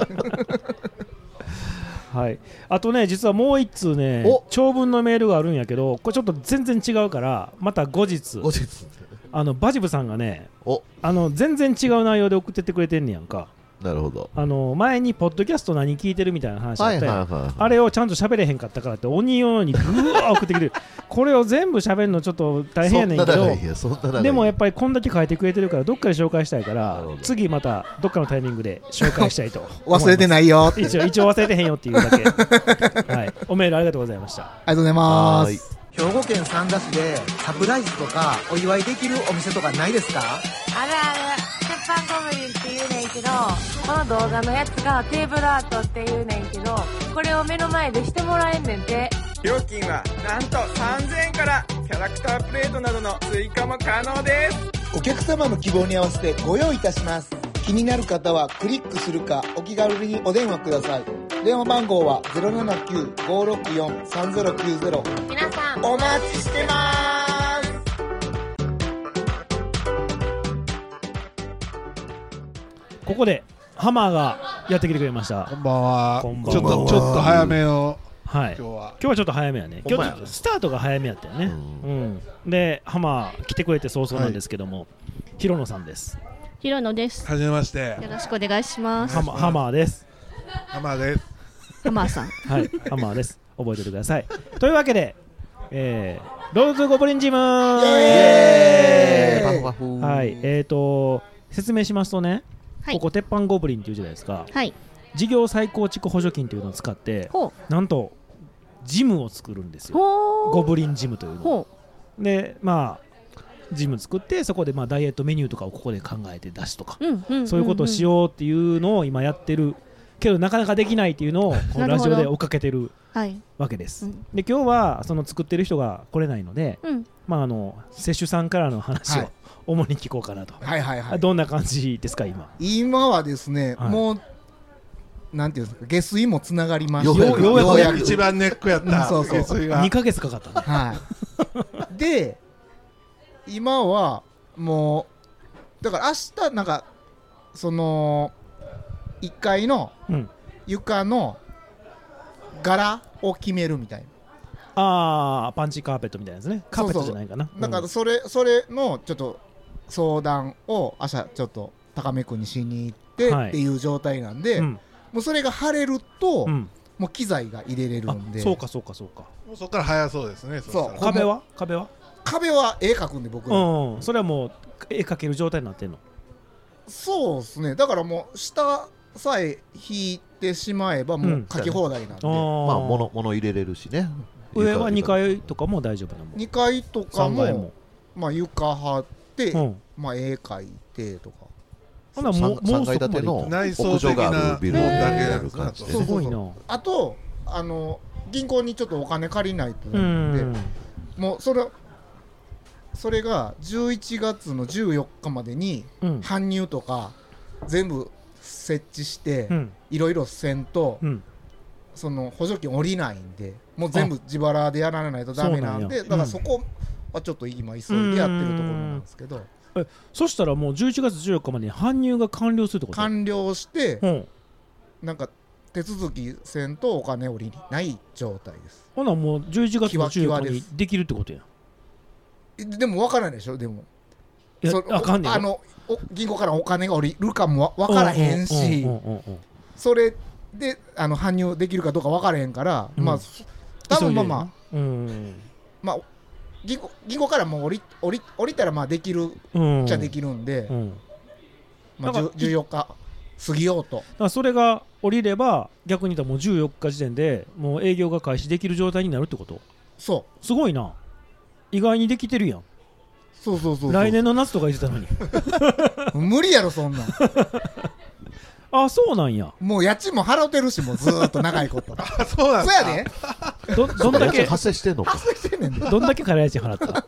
はい、あとね実はもう一通ね長文のメールがあるんやけど、これちょっと全然違うからまた後日後日あのバジブさんがねおあの全然違う内容で送ってってくれてんねやんか。 なるほど。 あの前にポッドキャスト何聞いてるみたいな話あったやん、 はいはいはいはい、 あれをちゃんと喋れへんかったからって鬼のようにブワー送ってきてるこれを全部喋るのちょっと大変やねんけど、でもやっぱりこんだけ書いてくれてるからどっかで紹介したいから次またどっかのタイミングで紹介したいと忘れてないよ一応一応忘れてへんよっていうだけはい、おメールありがとうございました。 ありがとうございます。 兵庫県三田市でサプライズとかお祝いできるお店とかないですか？ あるある、鉄板ゴブリンって言うねんけど、この動画のやつがテーブルアートって言うねんけど、これを目の前でしてもらえんねんて。 料金はなんとさんぜんえんから、キャラクタープレートなどの追加も可能です。 お客様の希望に合わせてご用意いたします。気になる方はクリックするかお気軽にお電話ください。電話番号は ゼロななきゅう ごろくよん さんゼロきゅうゼロ。 皆さんお待ちしてます。 ここでハマーがやってきてくれました。 こんばんは。 こんばんは。 ちょっとちょっと早めの、 はい、 今日は今日はちょっと早めやね。今日スタートが早めやったよね、うんうん、でハマー来てくれて早々なんですけども、はい、ヒロノさんです。 ヒロノです。 はじめまして。 よろしくお願いします。 ハマ、ハマーです。 ハマーです。 ハマーさん。 はい、ハマーです。覚えておいてください。というわけで、えー、ローズゴブリンジムー。イエーイ。はい、えーと説明しますとね、はい、ここ鉄板ゴブリンっていうじゃないですか。 はい。 事業再構築補助金というのを使ってなんとジムを作るんですよ。ゴブリンジムというので、まあジム作ってそこでまあダイエットメニューとかをここで考えて出すとか、そういうことをしようっていうのを今やってるけどなかなかできないっていうのをこのラジオで追っかけてるわけです、はい、で今日はその作ってる人が来れないので、うん、まああの摂取さんからの話を主に聞こうかなと、 はいはいはい、 どんな感じですか今？ 今はですね、はい、もうなんていうんですか、下水もつながりました。 ようやく一番ネックやった、 そうそう下水がにかげつかかったね、 はい、で今はもうだから明日なんかそのいっかいの床の柄を決めるみたいな、 ああパンチカーペットみたいなやつね。カーペットじゃないかな。 だからそれそれのちょっと相談を明日ちょっと高めくんにしに行ってっていう状態なんで、もうそれが晴れるともう機材が入れれるんで、 そうかそうかそうか、 もうそこから早そうですね。 そう壁は壁は壁は絵描くんで僕は、 うん、それはもう絵描ける状態になってんの？ そうですね。だからもう下さえ引いてしまえばもう描き放題なんで、うん、 まあ物物入れれるしね。 上はにかいとかも大丈夫なの？ にかいとかも、 もまあ床張って、うん、まあ絵描いてとか。 ほなもうさんがい建ての屋上があるビルだけやる感じで、 すごいな。 あとあの銀行にちょっとお金借りないとなるんで、もうそれそれがじゅういちがつのじゅうよっかまでに搬入とか全部設置していろいろせんと、うん、その補助金下りないんで、もう全部自腹でやらないとダメなんで、だからそこはちょっと今急いでやってるところなんですけど、 えそしたらもうじゅういちがつじゅうよっかまでに搬入が完了するってこと？ 完了して、うん、なんか手続きせんとお金下りない状態です。 ほなもうじゅういちがつのじゅうよっかにできるってことや。 でも分からないでしょ。でもあかんねん、 あの銀行からお金が降りるかも分からへんし、それであの搬入できるかどうか分からへんから、うん、まあ多分まあまあ、うん、まあ銀行、銀行からもう降り、降り、降りたらまあできるじゃできるんで、うんうん、まあ、じゅうよっか過ぎようと。だからそれが降りれば逆に言ったらもうじゅうよっか時点でもう営業が開始できる状態になるってこと？ そうすごいな。意外にできてるやん。 そうそうそうそう、 来年の夏とか言ってたのに無理やろそんなんあ、そうなんや。 もう家賃も払ってるし、もうずーっと長いことあ、そうなんだ。 そうやで。 どどんだけ発生してんのか。 発生してんねんで。 どんだけから家賃払った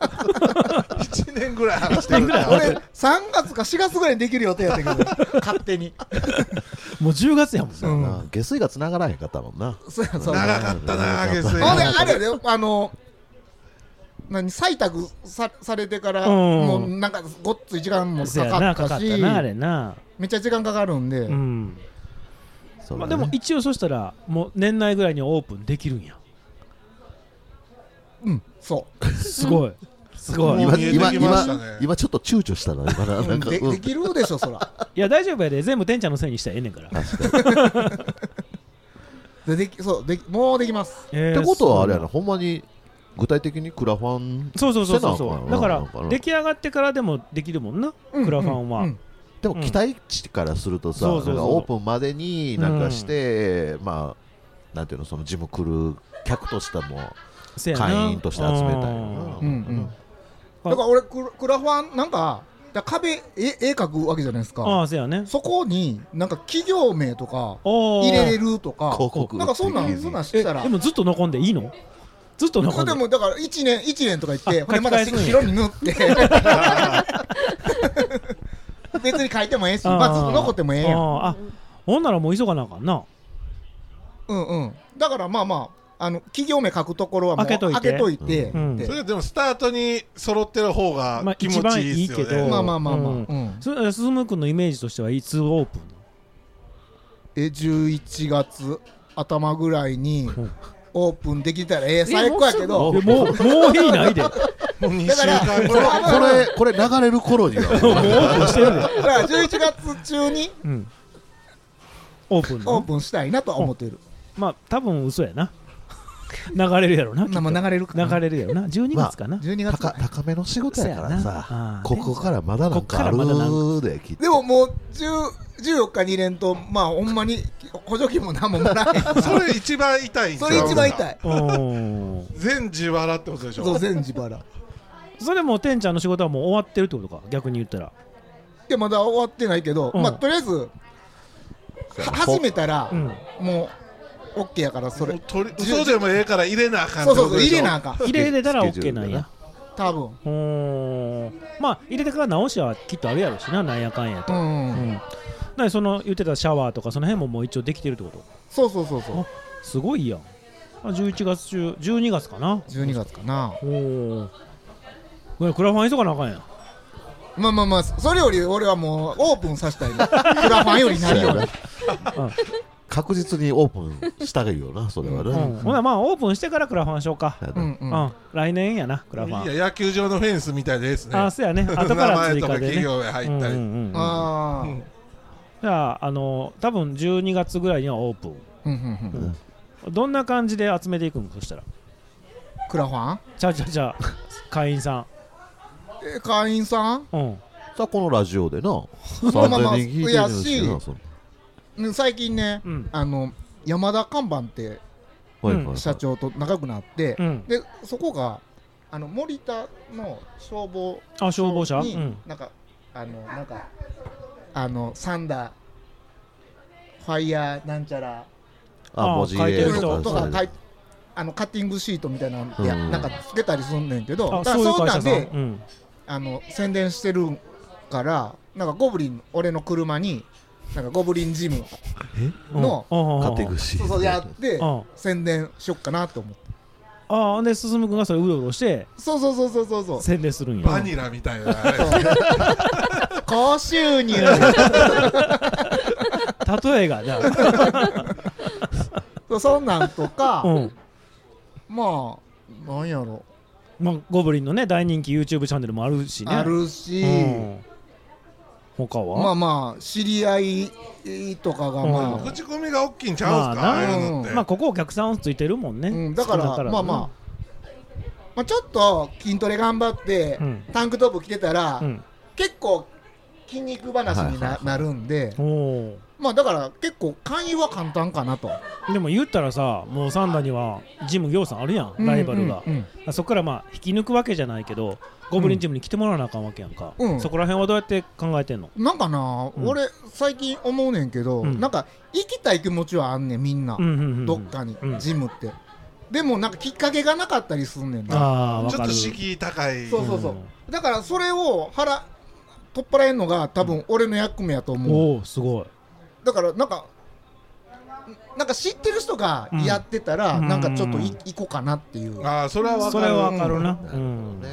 いちねんぐらい話してる俺さんがつかしがつぐらいにできる予定やったけど勝手にもうじゅうがつやもん、 うん、下水が繋がらへんかったもんな。 そうやそう、 長かったな下水。 ほんであれやで、あの何採択 さ, されてから、うん、もうなんかごっつい時間もかかったし、 なあれなめっちゃ時間かかるんで、うん、 ね、まあ、でも一応そしたらもう年内ぐらいにオープンできるんや。 うん、そうすごいすごい。 今今今今ちょっと躊躇したな。今なんか で, できるでしょそら。 いや大丈夫やで、全部てんちゃんのせいにしたらええねんから。 でできそうでもうできます。 えー、ってことはあれやな、ほんまに具体的にクラファンそうそうそうそうそう、だから出来上がってからでもできるもんな、うん、クラファンは、うんうん、 でも期待値からするとさ、うん、なんかオープンまでになんかして、うん、まあなんていうの、そのジム来る客としても会員として集めたいよな、うんうん、 だから俺クラファンなんか壁絵絵描くわけじゃないですか。 あ、そうやね。 そこになんか企業名とか入れれるとか、広告なんかそんなんそんなんしたら、 でもずっと残んでいいの？ずっと残んで。 でもだからいちねんいちねんとか言って、これまた白に塗って別に書いてもええし、まあずっと残ってもええやん。 あ、ほんならもう急がなあかんな。 うんうん。だからまあまあ。あの企業名書くところはもう開けといて、開けといて、 うん、それでもスタートに揃ってる方が気持ちいいですよね。 まあまあまあまあ、うんうん、 それ鈴木君のイメージとしてはいつオープン？ えじゅういちがつ頭ぐらいにオープンできたらええ最高やけど、 もうもういいないで。もうにしゅうかんこれこれこれ流れる頃にはもうオープンしてるで。だからじゅういちがつ中に、うん、 オープンオープンしたいなとは思ってる。 まあ多分嘘やな。流れるやろな。 まあ流れるかな。 流れるやろな。じゅうにがつかな。 じゅうにがつか高めの仕事やからさ、ここからまだなんかあるできっと。 でももうじゅうよっかに入れんと、まあほんまに補助金も何ももらえん。 それ一番痛いんちゃう？ それ一番痛い。 全自腹ってことでしょ。 そう、全自腹。 それもてんちゃんの仕事はもう終わってるってことか、逆に言ったら。 いやまだ終わってないけど、まあとりあえず始めたらもう。オッケーやからそれそうでもええから入れなあかん。 そうそうそう、入れなあかん。 入れれたらオッケーなんや多分。 うん、まあ入れてから直しはきっとあるやろしな、なんやかんやと。うん、うん、なにその言ってたシャワーとかその辺ももう一応できてるってこと？ そうそうそうそう。 すごいやん。じゅういちがつ中、じゅうにがつかな。 じゅうにがつかな。 おお。クラファン急がなあかんやん。 まあまあまあ、それより俺はもうオープンさせたいな。クラファンより何より。 確実にオープンしたいよな、それはね。 ほなまあオープンしてからクラファンしようか。来年やな、クラファン。 いや野球場のフェンスみたいですね。 あ、そうやね。後から追加でね。名前とか企業名入ったり。 ああ。 じゃああの多分じゅうにがつぐらいにはオープン。どんな感じで集めていくの？そしたら。 クラファン？ じゃあじゃあじゃあ会員さん。 え会員さん？ うん。さあこのラジオでな。 まあまあまあいやし。最近ね、うん、あの山田看板って、うん、社長と仲良くなって、うん、でそこがあの森田の消防あ消防車に、うん、なんかあのなんかあのサンダーファイヤーなんちゃらあ文字入れとかとか書いあのカッティングシートみたいなの、うん、なんかつけたりすんねんけど、だからそうなんで、うん、あの宣伝してるからなんかゴブリン俺の車になんかゴブリンジムのカテグシそうそうやって宣伝しよっかなと思って。 ああで進君がそれうろうろしてそうそうそうそうそうそう宣伝するんや。 バニラみたいな高収入例えがじゃあそんなんとか、うん、まあなんやろ、 まあ、ゴブリンのね大人気 YouTube チャンネルもあるしね。 あるし、うん他はまあまあ知り合いとかがまあ口コミが大きいんちゃうんすか、 まあ、うん、まあここお客さんついてるもんね、 うん、だからまあまあ、まあちょっと筋トレ頑張って、うん、タンクトップ着てたら、うん、結構筋肉話に な,、はいはいはい、なるんで、おまあだから結構勧誘は簡単かなと。 でも言ったらさもうサンダにはジム業さんあるやん、ライバルが、うんうんうん、そこからまあ引き抜くわけじゃないけどゴブリンジムに来てもらわなあかんわけやんか、うん、そこら辺はどうやって考えてんの？ なんかな、うん、俺最近思うねんけど、うん、なんか行きたい気持ちはあんねんみんな、うんうんうんうん、どっかに、うん、ジムってでもなんかきっかけがなかったりすんねんな。あちょっと敷居高い。 そうそうそう、うん、だからそれを腹取っ払えんのが多分俺の役目やと思う、うん、 おーすごい。 だからなんかなんか知ってる人がやってたら、うん、なんかちょっとい行こうかなっていう。 ああそれは分かる。 それは分かるな、 うん、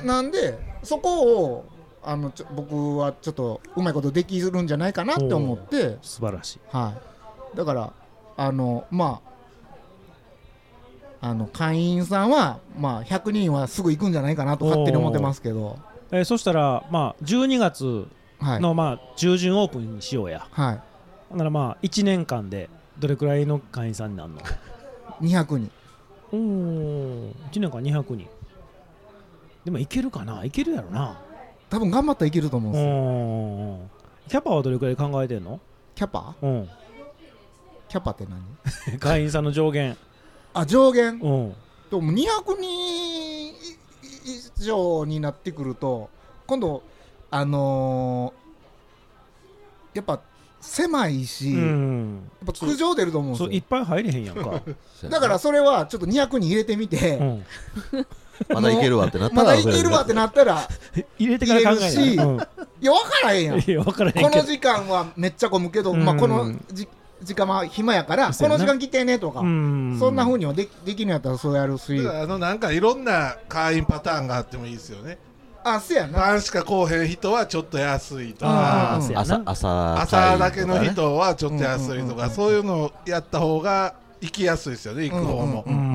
なんでそこをあのちょ僕はちょっとうまいことできるんじゃないかなって思って。 素晴らしい。 はい、だからあのまああの会員さんは、まあ、ひゃくにんはすぐ行くんじゃないかなと勝手に思ってますけど、 えー、そしたら、まあ、じゅうにがつの、はいまあ、中旬オープンにしようや、 はい、 だからまあいちねんかんでどれくらいの会員さんになるの？ にひゃくにん。 おーいちねんかんにひゃくにんでもいけるかな？いけるやろな。 多分頑張ったらいけると思うんですよ。 キャパはどれくらい考えてんの？ キャパ？ うんキャパって何？ 会員さんの上限。 あ上限、 うん、 でもにひゃくにん以上になってくると今度あのー、やっぱ狭いし、うん、やっぱ苦情出ると思うんですよ。 そういっぱい入れへんやんかだからそれはちょっとにひゃくにん入れてみて、うん、 まだいけるわってなったらまだいけるわってなったら入れてから考えるし、うん、 いや分からへんやん。いや分からへんけどこの時間はめっちゃ混むけど、まあ、この時時間は暇やからこの時間来てねとか、そんな風にはでできるんやったらそうやるし、 あのなんかいろんな会員パターンがあってもいいですよね。 あ、そうやな。 晩しか来おへん人はちょっと安いとか、 うん、朝, 朝, 朝だけの人はちょっと安いとか、そういうのをやった方が行きやすいですよね、行く方も。 うんうんうん、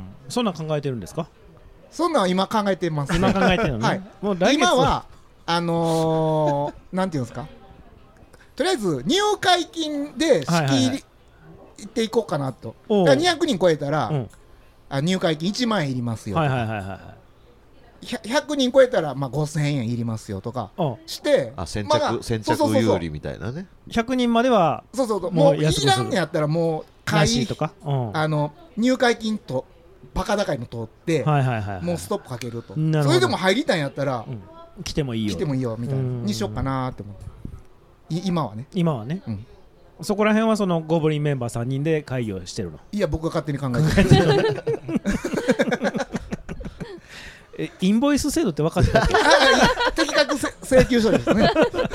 そんなん考えてるんですか？ そんなんは今考えてます、ね、 今考えてるのね、はい、 もう来月今はあのー、なんていうんですか、とりあえず入会金で仕切りっていこうかなと。だからにひゃくにん超えたら、うん、あ入会金いちまんえんいりますよ、はいはいはいはい、ひゃくにん超えたらまあごせんえんいりますよとかしてあ先着、まあ、先着有利みたいなね。 ひゃくにんまではそうそうそうもういらんのやったらもう会費とか、うん、あの入会金とバカ高いの通って、はいはいはいはい、もうストップかけると。それでも入りたいんやったら、うん、 来てもいいよ来てもいいよみたいなにしようかなって思って今はね今はね、うん、そこら辺はそのゴブリンメンバーさんにんで会議をしてるの？ いや僕が勝手に考えてるえインボイス制度って分かってたっけ？ 的確請求書ですね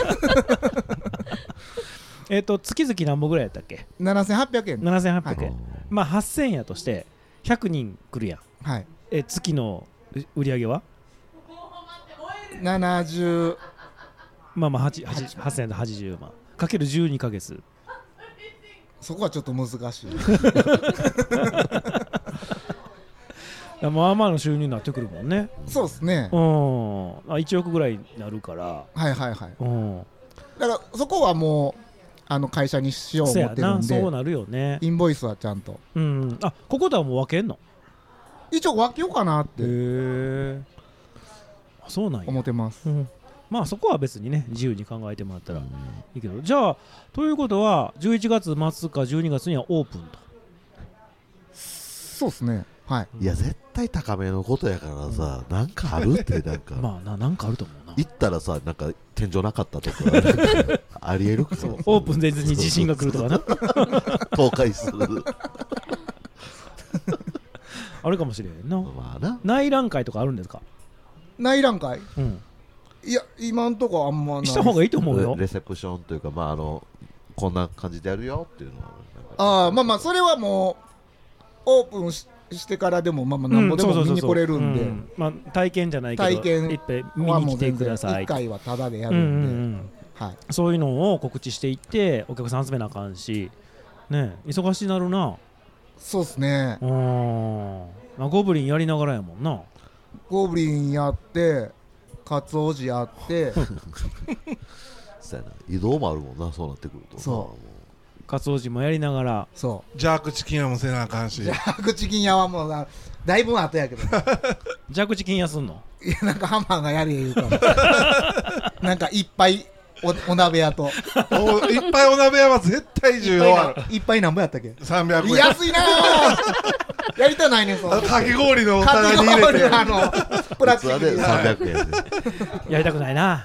えっと月々何本ぐらいやったっけ？ ななせんはっぴゃくえん。 ななせんはっぴゃくえん、はい、まあはっせんえんやとしてひゃくにん来るやん、 はい、 え月の売り上げはななじゅうまあまあはっせんえんではちじゅうまんかけるじゅうにかげつ。 そこはちょっと難しいまあまあの収入になってくるもんね。 そうですね、 うん、あいちおくぐらいになるから。 はいはいはい、うん、だからそこはもうあの会社にしよう思ってるんで。 そうなるよね。 インボイスはちゃんと、 うん、あここではもう分けんの？ 一応分けようかなってへーそうなんや思ってます、うん、 まあそこは別にね自由に考えてもらったらいいけど、じゃあということはじゅういちがつ末かじゅうにがつにはオープンと。 そうですね、はい。 いや絶対高めのことやからさ、うん、なんかあるってなんかまあな、なんかあると思うな。 行ったらさなんか天井なかったとかありえるかも。 オープン前日に地震が来るとかな倒壊するあるかもしれんな。 まあな。 内覧会とかあるんですか？ 内覧会、 うん、 いや今んとこあんまない。 した方がいいと思うよ。 レセプションというかまああのこんな感じでやるよっていうのはああまあまあそれはもうオープンししてからでもまあまあ何ぼでも見に来れるんで、 まあ体験じゃないけど体験いっぺん見に来てください。 いっかいはタダでやるんで、うんうん、 はい、そういうのを告知していってお客さん集めなあかんしね、忙しいなるな。 そうっすね。 うん、まあ、ゴブリンやりながらやもんな。 ゴブリンやってカツオジやってそうやな、移動もあるもんな、そうなってくると。 そうカツオジもやりながら、 そうジャークチキン屋もせなあかんし。 ジャークチキン屋はもうだいぶ後やけどジャークチキン屋すんの？ いやなんかハンマーがやれ言うからなんかいっぱい お, お鍋屋とおいっぱいお鍋屋は絶対需要ある。 いっぱいなんぼやったっけ？ さんびゃくえん。 安いなやりたないねん。そうかき氷のお皿に入れてあのプラスチックでさんびゃくえんでやりたくないな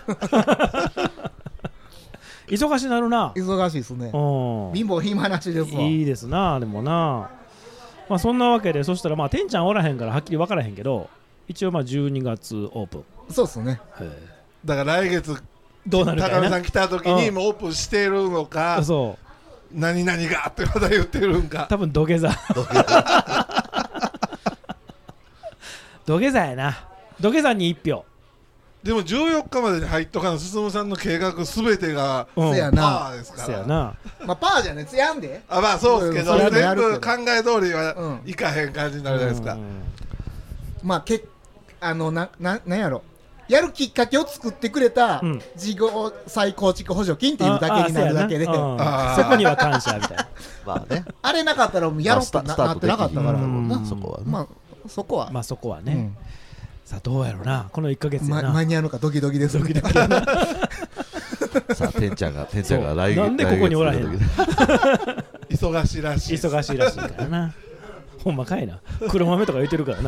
忙しいなるな。 忙しいですね。貧乏暇なしですわ。 いいですな。でもなまあそんなわけで、そしたらまあてんちゃんおらへんからはっきり分からへんけど、一応まあじゅうにがつオープン。 そうっすね。 だから来月どうなるかな、 高見さん来た時にもうオープンしてるのか、 そう何々がってまだ言ってるんか。 多分土下座土下座やな。土下座にいち票。 でもじゅうよっかまでに入っとかの進さんの計画すべてがパーですから。 せやな。 まあパーじゃねつやんで。 あまあそうですけど、全部考え通りはいかへん感じになるじゃないですか。 まあけあのなななんやろ。やるきっかけを作ってくれた事業再構築補助金っていうだけになるだけで、そこには感謝みたいな。 まあね。 あれなかったらやろうとなってなかったから。 そこはまあそこはまあそこはね。さあどうやろうな、このいっかげつやな、 間に合うのかドキドキです。ドキドキさあてんちゃんがてんちゃんが来月なんでここにおらへん忙しいらしい忙しいらしいからなほんまかいな、黒豆とか言ってるからな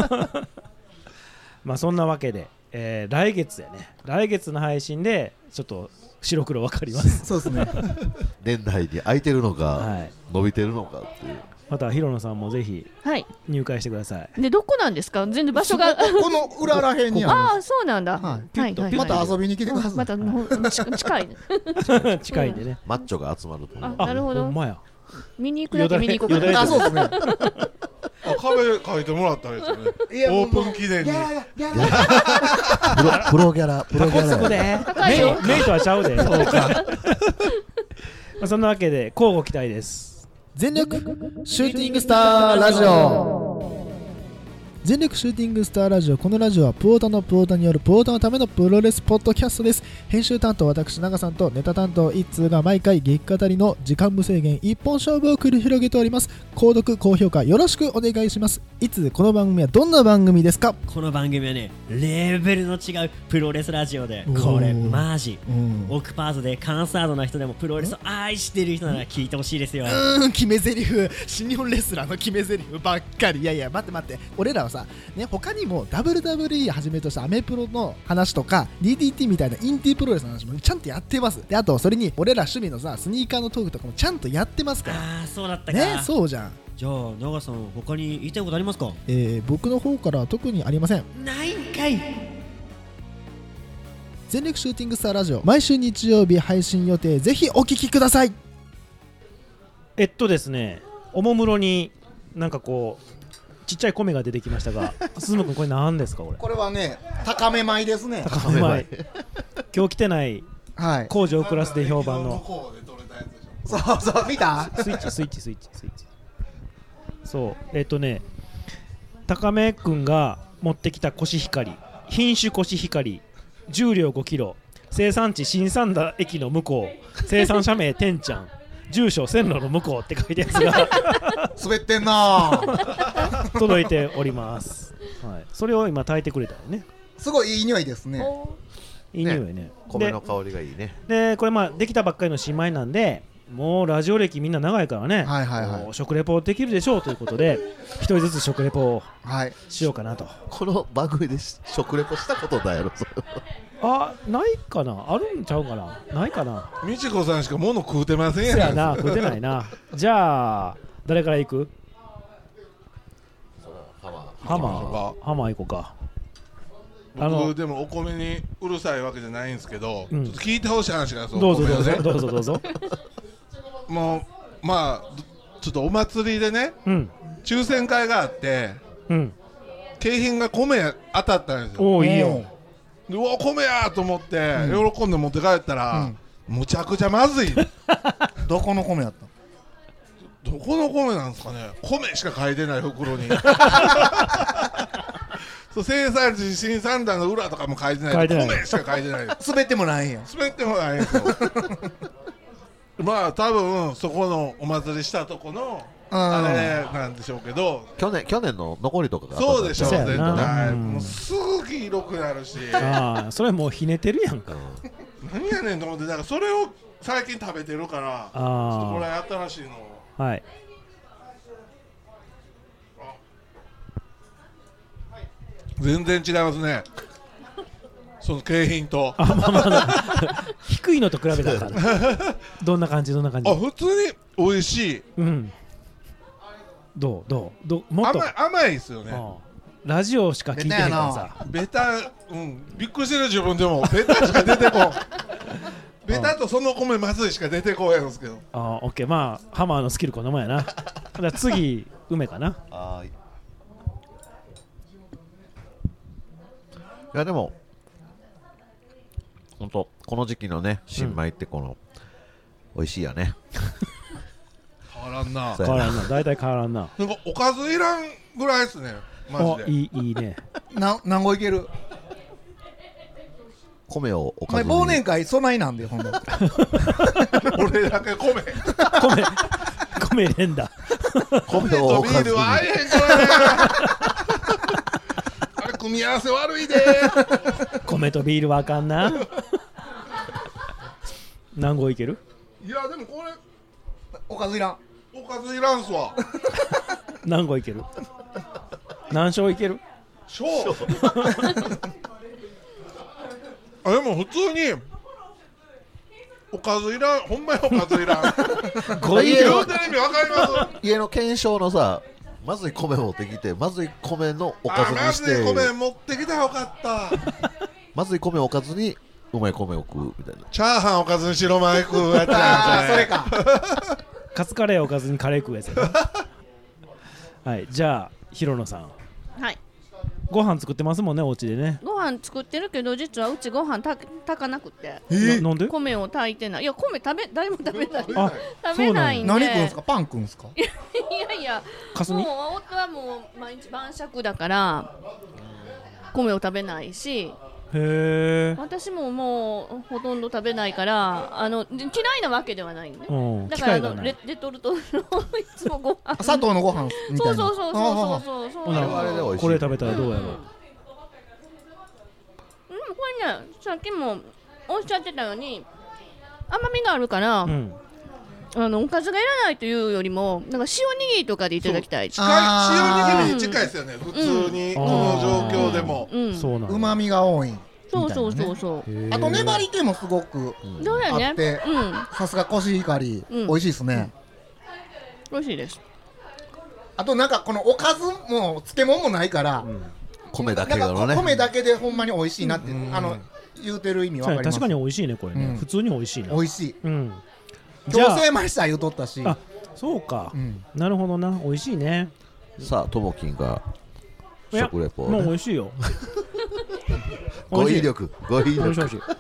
まあそんなわけで、えー、来月やね、来月の配信でちょっと白黒分かりますそうですね年内に空いてるのか、はい、伸びてるのかっていう。 また広野さんもぜひ入会してください。 でどこなんですか？全然場所がこの裏らへんにある。 ああそうなんだ。 はいはいはい。また遊びに来てください。 また近い近いんでね。 マッチョが集まると。 あなるほど。 ほんまや。 見に行くだけ見に行こうかな。 あそうですね。 あ壁書いてもらったらいいですよね。オープン記念に。 プロギャラプロギャラ。 そこでメイトはちゃうで。そうか。そんなわけで交互期待です。 全力シューティングスターラジオ。全力シューティングスターラジオ。このラジオはプオータのプオータによるプオータのためのプロレスポッドキャストです。編集担当私長さんとネタ担当一通が毎回激語りの時間無制限一本勝負を繰り広げております。購読高評価よろしくお願いします。いつこの番組はどんな番組ですか？ この番組はねレベルの違うプロレスラジオで、これマジオクパートでカンサードな人でもプロレスを愛してる人なら聞いてほしいですよ。 うーん決め台詞新日本レスラーの決め台詞ばっかり。いやいや待って待って、俺らはさね、他にも ダブリューダブリューイー はじめとしたアメプロの話とか ディーディーティー みたいなインディープロレスの話もちゃんとやってます。であとそれに俺ら趣味のさスニーカーのトークとかもちゃんとやってますから。 ああそうだったかね。そうじゃん。 じゃあ長さん他に言いたいことありますか？ えー、僕の方からは特にありません。 ないんかい。 全力シューティングスターラジオ毎週日曜日配信予定、ぜひお聞きください。 えっとですねおもむろになんかこうちっちゃい米が出てきましたが鈴野君これ何ですか？これこれはね高め米ですね。 高め米今日来てない工場クラスで評判のそうそう見たスイッチスイッチスイッチスイッチそうえっとね高め君が持ってきたコシヒカリ、品種コシヒカリ、重量ごキロ、生産地新三田駅の向こう、生産者名てんちゃん、住所線路の向こうって書いてあるやつが滑ってんな届いております、はい、それを今炊いてくれたよね。 すごいいい匂いですね。 いい匂いね。 米の香りがいいね。 でこれまあできたばっかりの新米なんでもうラジオ歴みんな長いからね、 はいはいはい、 食レポできるでしょうということで一人ずつ食レポをしようかなと、はい、 この番組で食レポしたことだよあ、ないかな、あるんちゃうかな、ないかな。 みちこさんしか物食うてませんやん。 そうやな、食うてないな。じゃあ誰から行く？ハマーハマー行こうか。 僕でもお米にうるさいわけじゃないんですけど、うん、ちょっと聞いてほしい話がそう。 どうぞどうぞどうぞどうぞもうまあちょっとお祭りでね、うん、抽選会があって、うん、景品が米当たったんですよ。 おおいいよ。 でうわ米やと思って、うん、喜んで持って帰ったら、うん、むちゃくちゃまずいどこの米やった？ どこの米なんですかね。米しか書いてない袋にそう生産地新三田の裏とかも書いてない。米しか書いてない。 滑ってもないんや。 滑ってもないんですよまあ多分そこのお祭りしたとこのあれなんでしょうけど、 去年去年の残りとかがそうでしょうね。はい、もうすぐ黄色くなるし、 ああそれもうひねてるやんか何やねんと思って、だからそれを最近食べてるから、あちょっとこれ新しいのを、 はい、 全然違いますねその景品と。 あ、まあまあ低いのと比べたらどんな感じどんな感じ。 あ、普通に美味しい。うん。 どうどうどうもっと甘い甘いですよね。 ラジオしか聞いてないからさベタ、うん、びっくりしてる自分でもベタしか出てこんベタとその米まずいしか出てこないんですけど。 ああ、オッケー。まあハマーのスキルこの前やな。じゃあ次梅かな。 はい。いやでも本当この時期のね新米ってこの、うん、美味しいやね。 変わらんな。 変わらんな。大体変わらんな。 なんかおかずいらんぐらいですね。マジで。 いいいいね。 な何個いける？ 米をおかずに。 忘年会そないなんでほんま。 俺だけ米。 米米入れんだ。 米をおかずに。 ビールは合えへんからね。あれ組み合わせ悪いで。 米とビールはあかんな。何合いける？ いやでもこれおかずいらん。 おかずいらんすわ。 何合いける？何勝いける？ 勝。あでも普通におかずいらん、ほんまにおかずいらん。 ご家の言うてる意味わかります？ 家の検証のさ、まずい米持ってきて、まずい米のおかずにして。 まずい米持ってきたらよかった。 まずい米おかずにうまい米を食うみたいな。 チャーハンおかずに白米食うやつやん。 それか。 カツカレーおかずにカレー食うやつやな。はい、じゃあひろのさん。 はい。 ご飯作ってますもんね、お家でね。 ご飯作ってるけど実はうちご飯た炊かなくて、 えー、なんで米を炊いてない。いや米食べ誰も食べないあ食べないんで。 何食うんすか？パン食うんすか？ いやいやもう夫はもう毎日晩酌だから米を食べないし、 へ私ももうほとんど食べないからあの嫌いなわけではないね、 うん、 だからあの レ, レトルトのいつもご飯砂糖のご飯みたいな。 そうそうそうそうそうそうそうこれ食べたらどうやろう、うん、でもこれねさっきもおっしゃってたように甘みがあるから、うん、あのおかずがいらないというよりもなんか塩握りとかでいただきたい。 近い塩握りに近いですよね、うん、普通にこの状況でもうまみが多い。 そうそうそうそう。 あと粘り気もすごくあって、さすがコシヒカリ、美味しいですね。 美味しいです。 あとなんかこのおかずも漬物もないから、 米だけだろね。 米だけでほんまに美味しいなってあの言うてる意味わかります。 確かに美味しいねこれね。普通に美味しいな。 美味しい。強制マイスター言うとったし。 あ、そうか。なるほどな、美味しいね。 さあともきんが食レポ。 もう美味しいよ。 語彙力、語彙力。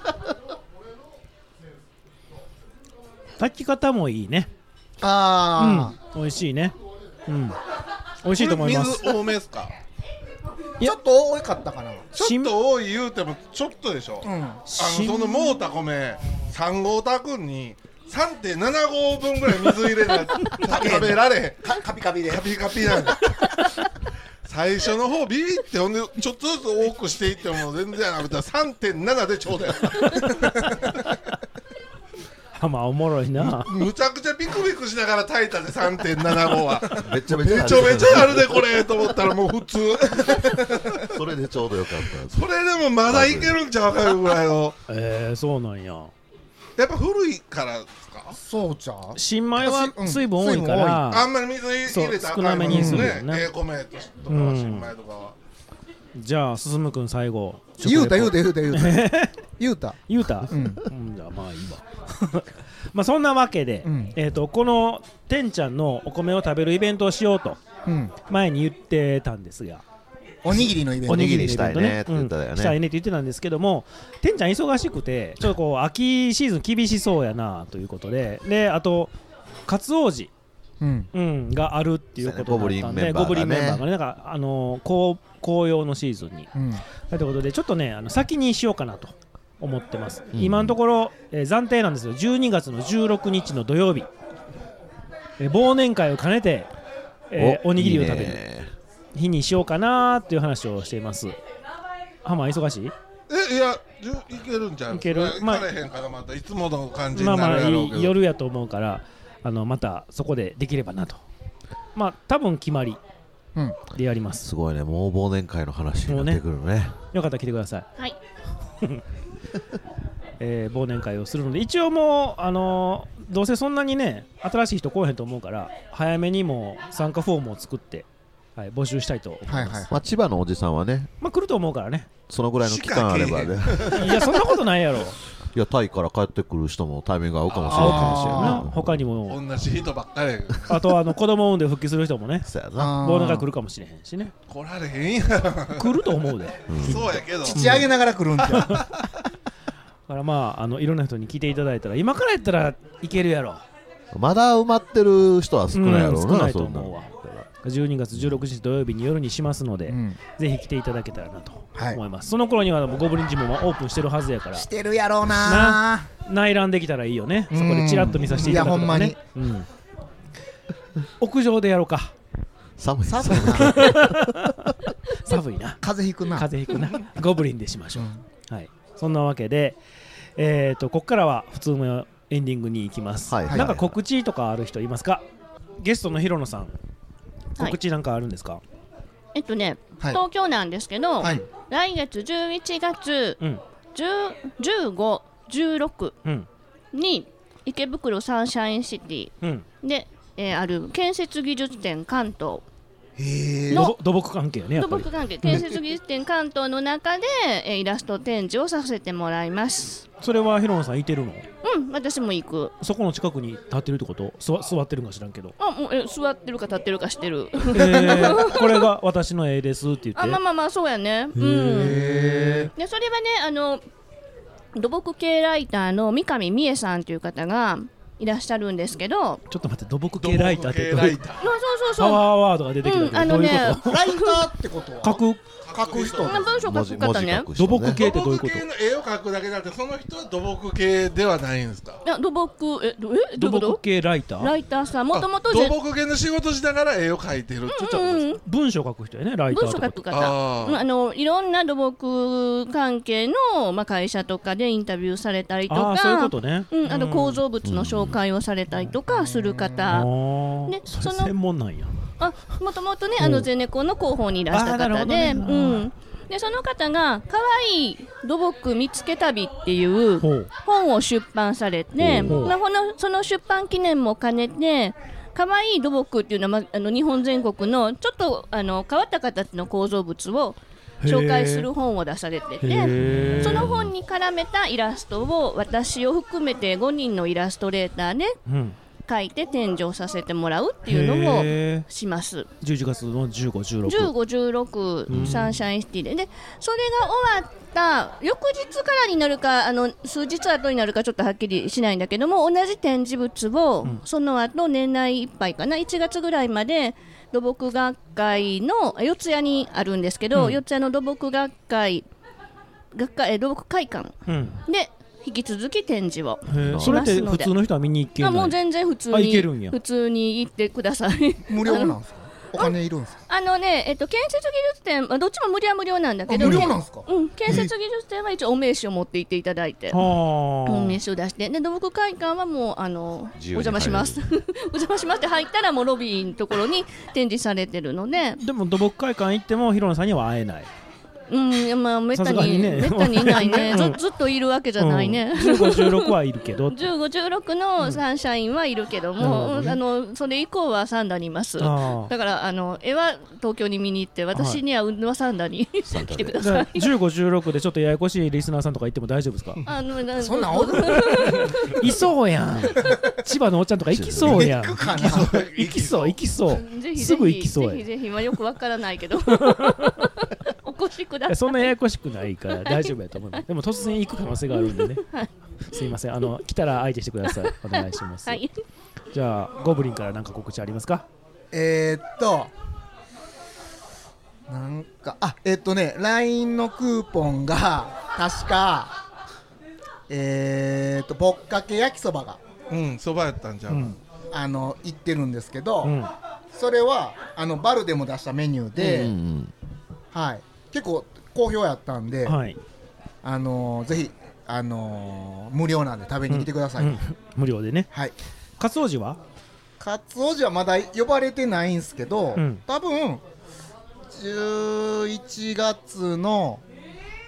炊き方もいいね。 ああ、美味しいね。うん、美味しいと思います。 水多めですか？ ちょっと多かったかな。 ちょっと多い言うてもちょっとでしょ。あのそのもうた米さん合炊くに さんてんなな 合分ぐらい水入れないと食べられへん。 カピカピで。 カピカピなんで。最初の方ビビってほんでちょっとずつ多くしていっても全然なくて さんてんなな でちょうどや。 まあおもろいな。 むちゃくちゃビクビクしながら炊いたで さんてんなな 合はめちゃめちゃめちゃめちゃあるでこれと思ったらもう普通。 それでちょうどよかった。 それでもまだいけるんちゃうかぐらいの。 えー、そうなんや。 やっぱ古いからですか？ そうちゃう。 新米は水分多いから、 あんまり水入れたらあかんもんね。ええ米とか新米とかは。 じゃあ進君最後。 言うた言うた言うた言うた言うた言うた。うん。じゃあまあいいわ。まあそんなわけで、えっとこのてんちゃんのお米を食べるイベントをしようと前に言ってたんですが。 おにぎりのイベント。 おにぎりしたいねって言ったよね。 したいねって言ってたんですけども、てんちゃん忙しくてちょっとこう秋シーズン厳しそうやなということで、であとカツオジがあるっていうことだったんで、ゴブリンメンバーがね、なんかあの紅葉のシーズンにということでちょっとねあの先にしようかなと思ってます。今のところ暫定なんですよ。じゅうにがつのじゅうろくにちの土曜日、忘年会を兼ねておにぎりを食べる日にしようかなっていう話をしています。ハマ忙しい？ えいやいけるんちゃう？いける。まあ行かれへんからまたいつもの感じになるやろうけど。 まあまあ夜やと思うからあのまたそこでできればなと。まあ多分決まりでやります。 すごいね、もう忘年会の話になってくるね。 よかったら来てください。 はい。 えー、忘年会をするので、一応もう、あのー、どうせそんなにね新しい人来おへんと思うから早めにもう参加フォームを作って、はい、募集したいと思います、はいはいはい。 まあ、千葉のおじさんはね、 まあ、来ると思うからね、 そのぐらいの期間あればねいやそんなことないやろいやタイから帰ってくる人もタイミングが合うかもしれないかもしれない。 他にも同じ人ばっかりあとあの子供を産んで復帰する人もねそうやな、 忘年会来るかもしれへんしね。 来られへんや来ると思うで、 うん、そうやけど父上げながら来るんじゃだからまあ、あのいろんな人に聞いていただいたら今からやったらいけるやろ。 まだ埋まってる人は少ないやろうな、うん、 少ないと思うわ。じゅうにがつじゅうろくにち土曜日に夜にしますので、うん、ぜひ来ていただけたらなと思います、はい、その頃にはゴブリンジムもオープンしてるはずやからしてるやろうな内覧できたらいいよね、うん、そこでチラッと見させていただくとかね、いやほんまに、うん、屋上でやろうか。 寒い寒いな寒いな風邪ひくな風邪ひくなゴブリンでしましょう、うん、はい、そんなわけで、えー、とここからは普通のエンディングに行きます、はいはい、なんか告知とかある人いますか？ゲストの広野さん告知なんかあるんですか？はい、 えっとね、はい、東京なんですけど、はい、来月じゅういちがつ、うん、じゅうご、じゅうろくに池袋サンシャインシティ、うん、で、えー、ある建設技術展関東の土木関係ね、やっぱり土木関係建設技術展関東の中で、えー、イラスト展示をさせてもらいます。 それは広野さんいてるの？ うん、私も行く。そこの近くに立ってるってこと？座ってるんか知らんけど。 あ、もうえ座ってるか立ってるかしてる。 えー、これが私の絵ですって言って。 あ、まあまあまあそうやね。うん。でそれはね、あの土木系ライターの三上美恵さんという方がいらっしゃるんですけど。 ちょっと待って、土木系ライターってどういうこと？ そうそうそう。 パワーワードが出てきたけど、うん、あのね、 どういうこと？ライターってことは書く書く人、 文章書く方ね。 土木系ってどういうこと？ 土木系の絵を描くだけだって、その人は土木系ではないんですか？ いや、土木えどえ土木系ライター？ ライターさん、もともと土木系の仕事しながら絵を描いてる。ちょっと文章書く人やね、ライターとか。 文章書く方。ああのいろんな土木関係のまあ会社とかでインタビューされたりとか、 あそういうことね。 うん、あの構造物の紹介をされたりとかする方。 ね、その専門なんや。 あ、もともとね、あのゼネコンの広報にいらした方で、うん。でその方がかわいい土木見つけ旅っていう本を出版されて、まあ、このその出版記念も兼ねてかわいい土木っていうのは、まあ、あの日本全国のちょっとあの変わった形の構造物を紹介する本を出されてて、その本に絡めたイラストを私を含めてごにんのイラストレーターで、うん書いて展示をさせてもらうっていうのをします。 じゅういちがつのじゅうご、じゅうろく、 じゅうご、じゅうろくサンシャインシティで、でそれが終わった翌日からになるかあの数日後になるかちょっとはっきりしないんだけども、同じ展示物を、うん、その後年内いっぱいかないちがつぐらいまで土木学会の四谷にあるんですけど、うん、四谷の土木学会学会土木会館、うん、で引き続き展示をしますので。 それって普通の人は見に行けない？ あ、もう全然普通に普通に行ってください。 無料なんですか？お金いるんですか？ あのね、えっと建設技術展、まあ、どっちも無料は無料なんだけど、 無料なんですか？ うん、建設技術展は一応お名刺を持っていっていただいて、お名刺を出して、で土木会館はもうあのお邪魔します。お邪魔しますって入ったらもうロビーのところに展示されてるので。 でも土木会館行っても広野さんには会えない。 うん、まあめったにね、めったにいないね。ずずっといるわけじゃないね。 じゅうご、じゅうろくはいるけど。 じゅうご、じゅうろくのサンシャインはいるけども、うん、あのそれ以降はサンダにいます。だからあの絵は東京に見に行って、私には運はサンダに来てください。 じゅうご、じゅうろくでちょっとややこしいリスナーさんとか行っても大丈夫ですか？ あのそんなんおる？ いそうやん。千葉のおっちゃんとか行きそうやん。行きそう行きそう。すぐ行きそうや。 ぜひぜひ、まあよくわからないけど。お越しください。 そんなややこしくないから大丈夫やと思います。でも突然行く可能性があるんでね。はい、すいません、あの来たら相手してください。お願いします。はい、じゃあゴブリンから何か告知ありますか？ えー、っとなんかあえー、っとね ライン のクーポンが確かえー、っとぼっかけ焼きそばがうんそばやったんじゃん、うん、 あの言ってるんですけど、うん、それはあのバルでも出したメニューで、うんうん、はい結構好評やったんで、はい、あのー、ぜひ、あのー、無料なんで食べに来てください、うんうん、 無料でね。 はい。 カツオジは？ カツオジはまだ呼ばれてないんですけど、うん、多分じゅういちがつの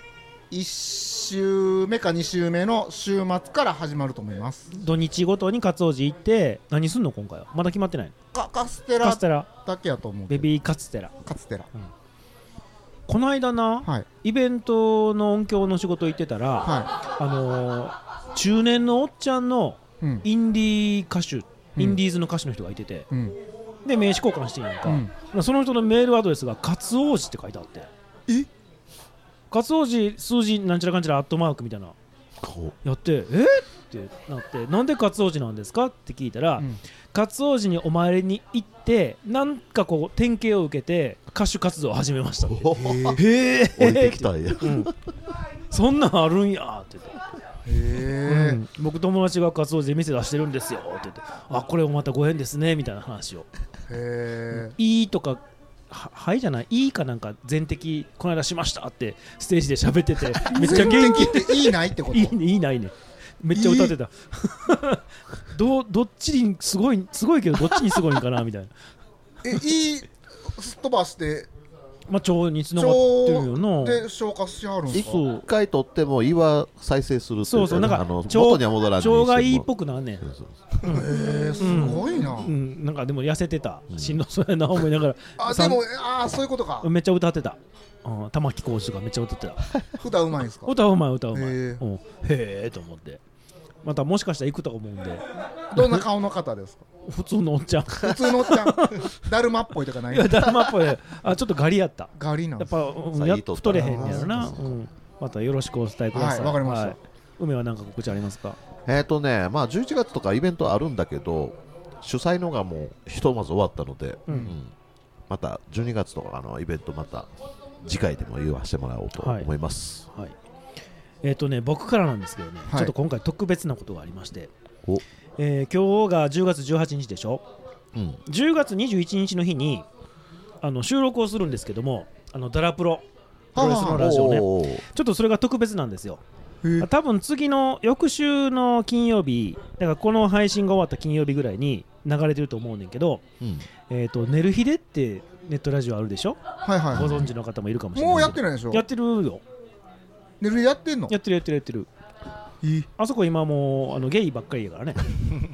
いっ週目かに週目の週末から始まると思います。 土日ごとに勝王寺行って何すんの今回はまだ決まってないかカステラカステラだけやと思う。 ベビーカツテラカツテラ、 うん、この間な、はい、イベントの音響の仕事行ってたら、はい、あのー、中年のおっちゃんのインディー歌手、うん、インディーズの歌手の人がいてて、うん、で名刺交換してんやんか、うん、その人のメールアドレスが勝王寺って書いてあって、 え勝王寺数字なんちゃらかんちゃらアットマークみたいなやってえってなってなんで勝王寺なんですかって聞いたら、うん、勝王寺にお参りに行ってなんかこう典型を受けて歌手活動を始めましたってへえ降りてきたんや、 うん、そんなんあるんやって言ってへ、 うん、僕友達が勝王寺で店出してるんですよって言ってあこれもまたご縁ですねみたいな話をへいいとかは, はいじゃないいいかなんか全摘この間しましたってステージで喋っててめっちゃ元気っていいないってこといいねいいないねめっちゃ歌ってたど, どっちにすごいすごいけどどっちにすごいんかなみたいなえいいすっ飛ばしてまあ腸につながってるよなで消化しはるんですか一回取っても胃は再生するってそうそうなんかあの元には戻らない腸がいいっぽくなんねんへえすごいな、 うん、なんかでも痩せてた、うん、しんどそうやな思いながらあでもあそういうことかめっちゃ歌ってた玉置浩二とかめっちゃ歌ってた歌うまいんですか歌うまい歌うまいへー、うん、へえと思ってまたもしかしたら行くと思うんでどんな顔の方ですか普通のおっちゃん普通のおっちゃんだるまっぽいとかないいやだるまっぽいあちょっとガリやったガリなんやっぱ、うん、や太れへんやろな、うん、またよろしくお伝えくださいはいわかりました、はい、 梅は何か告知ありますかえーとねまあじゅういちがつとかイベントあるんだけど主催のがもうひとまず終わったので、うんうん、またじゅうにがつとかのイベントまた次回でも言わせてもらおうと思います、 はいはい、えーとね僕からなんですけどね、はい、ちょっと今回特別なことがありまして、えー、今日がじゅうがつじゅうはちにちでしょ、うん、じゅうがつにじゅういちにちの日にあの収録をするんですけどもあのダラプロプロレスのラジオねちょっとそれが特別なんですよ多分次の翌週の金曜日だからこの配信が終わった金曜日ぐらいに流れてると思うねんけど、うん、えーと寝る日でってネットラジオあるでしょ、 はいはいはい、 ご存知の方もいるかもしれないもうやってないでしょやってるよ寝る日やってんのやってるやってるやってるあそこ今もうあのゲイばっかりやからね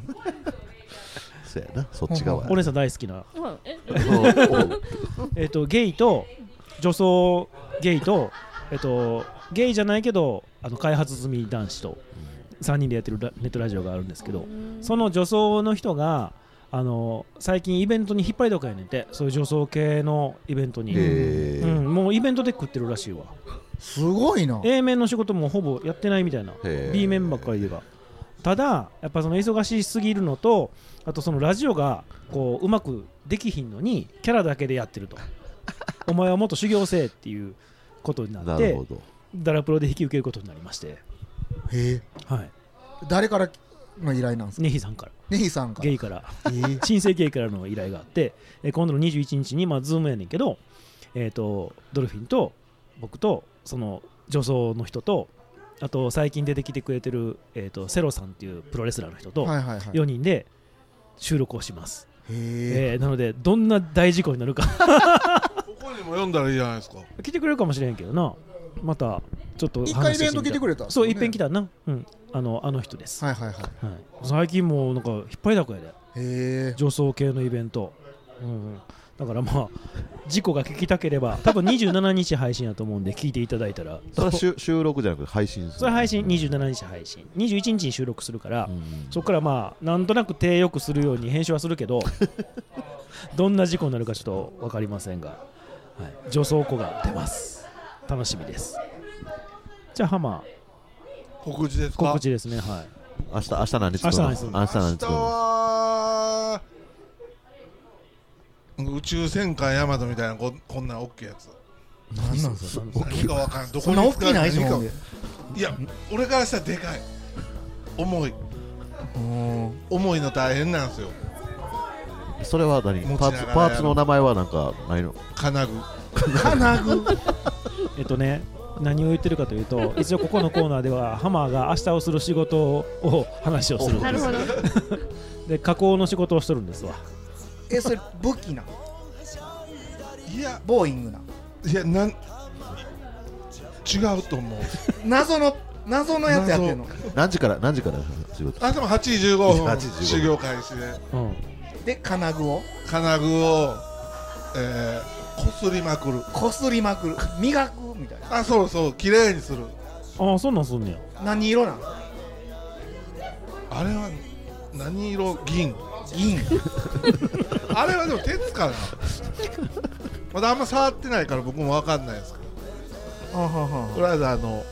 そうやなそっち側お姉さん大好きなえっとゲイと女装ゲイとえっとゲイじゃないけどあの開発済み男子とさんにんでやってるネットラジオがあるんですけどその女装の人があの最近イベントに引っ張りだこやねんてそういう女装系のイベントに、うん、もうイベントで食ってるらしいわすごいな A 面の仕事もほぼやってないみたいな B 面ばっかりでがただやっぱその忙しすぎるのとあとそのラジオがこううまくできひんのにキャラだけでやってるとお前はもっと修行せえっていうことになってなるほどダラプロで引き受けることになりましてへえ、はい、誰からの依頼なんですかネヒさんからネヒさんからゲイから、えー、新生ゲイからの依頼があって、えー、今度のにじゅういちにちにまあズームやねんけど、えー、とドルフィンと僕とその女装の人とあと最近出てきてくれてる、えー、とセロさんっていうプロレスラーの人とよにんで収録をします、はいはいはいえー、なのでどんな大事故になるかここにも読んだらいいじゃないですか来てくれるかもしれんけどなまたちょっと一回イベント来てくれた、ね、 そう一遍来たな、うん、あのあの人です、 はいはいはいはい、 最近もなんか引っ張りだこやでへ女装系のイベント、うん、だからまあ事故が聞きたければ多分にじゅうしちにち配信やと思うんで聞いていただいたらそれは収録じゃなくて配信するそれ配信にじゅうしちにち配信にじゅういちにちに収録するから、うん、そこからまあなんとなく手よくするように編集はするけどどんな事故になるかちょっと分かりませんが、はい、女装子が出ます楽しみですじゃあハマー告知ですか告知ですねはい明日明日何作るの明日何作るの明日は宇宙戦艦ヤマトみたいな こ, こんな大きいやつ何なんですか何か分からんどこにそんな大きいないじゃんいや俺からしたらでかい重い重いの大変なんですよそれは何パーツパーツの名前はなんかないの金具金具えっとね何を言ってるかというと一応ここのコーナーではハマーが明日をする仕事を話をするんですなるほどで加工の仕事をしてるんですわえそれ武器な、 いやボーイングないやなん違うと思う。 謎の謎のやつやってんの。 何時から何時から仕事？ あでもはちじじゅうごふん修行開始で、 うん、で金具を金具を、えー、こすりまくるこすりまくる磨くみたいな。 あそうそう綺麗にする。 ああそんなんすんねや。 何色なん？ あれは何色？銀銀あれはでも鉄かなまだあんま触ってないから僕も分かんないですけど、とりあえずあの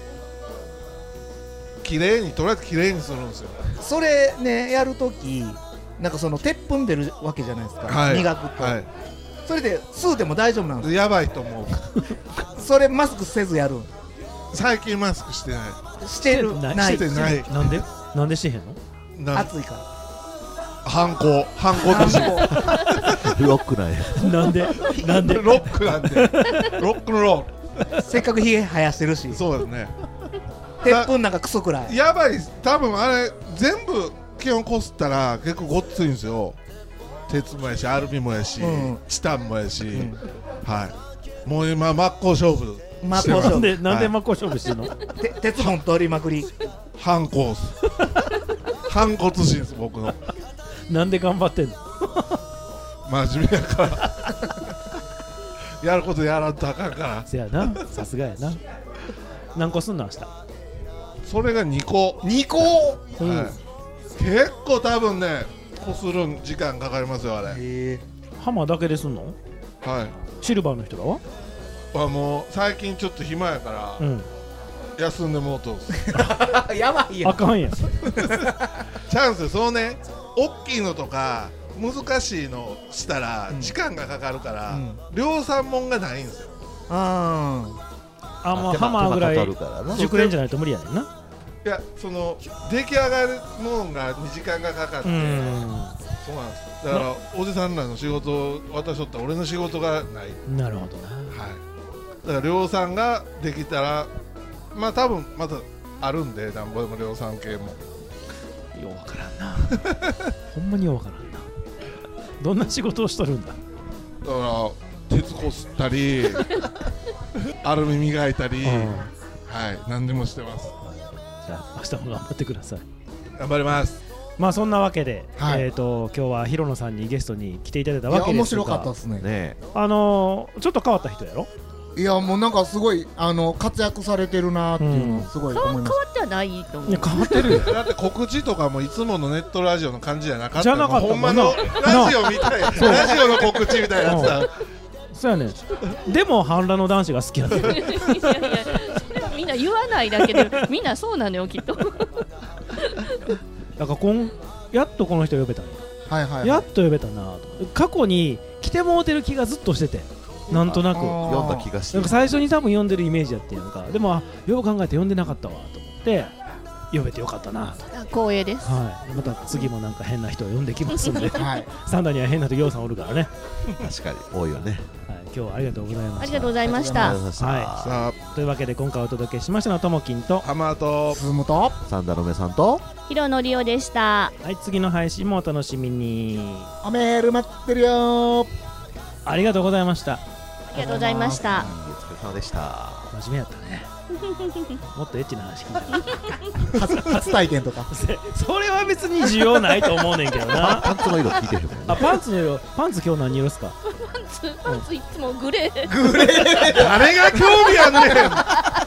綺麗にとりあえず綺麗にするんですよ。 それねやるときなんかその鉄粉出るわけじゃないですか、はい、磨くと、はい、それで吸うでも大丈夫なんですか？ やばいと思うそれマスクせずやる？ 最近マスクしてないしてるないしてないなんでなんでしてへんの？暑いから反抗反抗だしロックなんやなんでなんでロックなんでロックのローせっかくひげ生やしてるし。 そうですね。 鉄粉なんかクソくらいやばい。多分あれ全部基本こすったら結構ごっついんですよ。鉄もやしアルミもやし、うん、チタンもやし、うん、はいもう今真っ向勝負真っ向勝負なんでなんで真っ向勝負してんの？ 鉄本取りまくり反抗す反骨心です僕の。 なんで頑張ってんの？ 真面目やからやることやらんとあかんから。 せやなさすがやな。何個すんの明日？ それがにこにこ、 うん、はい、結構多分ねこする時間かかりますよあれ。 へハマだけですんの？ はい。 シルバーの人らは？ あもう最近ちょっと暇やから、うん、休んでもうとやばいやん。 あかんやんチャンスそうね大きいのとか難しいのしたら時間がかかるから、うん、量産もんがないんですよ。 ああもうハマーぐらい熟練じゃないと無理やねんな。 いやその出来上がるもんがにじかんがかかって、うんそうなんです。だからおじさんらの仕事を渡しとったら俺の仕事がない。 なるほどな。 はいだから量産ができたらまあ多分またあるんでなんぼでも量産系もようわからんなほんまにようわからんな。どんな仕事をしとるんだ。 だから鉄こすったりアルミ磨いたり、うん、はい何でもしてます。 じゃあ明日も頑張ってください。 頑張ります。 まあそんなわけで、はい、えーと今日は広野さんにゲストに来ていただいたわけですが、 いや面白かったですね。 ねあのー、ちょっと変わった人やろ。 いやもうなんかすごいあの活躍されてるなっていうのすごい思います。 変わってはないと思う。 いや変わってるよだって告知とかもいつものネットラジオの感じじゃなかった。 じゃなかったほんまのラジオみたいラジオの告知みたいなやつだそうやねでも半裸の男子が好きなんだよいやいやそれはみんな言わないだけでみんなそうなのよきっとだからこんやっとこの人呼べたの、 はいはいはい、 やっと呼べたなと。過去に来てもうてる気がずっとしててなんとなく読んだ気がしてなんか最初に多分読んでるイメージやってんか。でもよく考えて読んでなかったわと思って読めてよかったなと。 光栄です、 はい、また次もなんか変な人を読んできますんで、はい、サンダーには変な人ぎょうさんおるからね確かに多いよね、 はい、今日はありがとうございました。 ありがとうございました。 はい、というわけで今回お届けしましたのはともきんとハマーとズームとサンダーのめさんとヒロノリオでした。 はい、次の配信もお楽しみに。 おメール待ってるよ。 ありがとうございました。 ありがとうございました。 お疲れ様でした。 真面目やったねもっとエッチな話聞いた初, 初体験とかそれは別に需要ないと思うねんけどなパンツの色聞いてるもんね。 あパンツの色パンツ今日何色ですか？ パンツパンツいつもグレーグレー誰が興味あんねん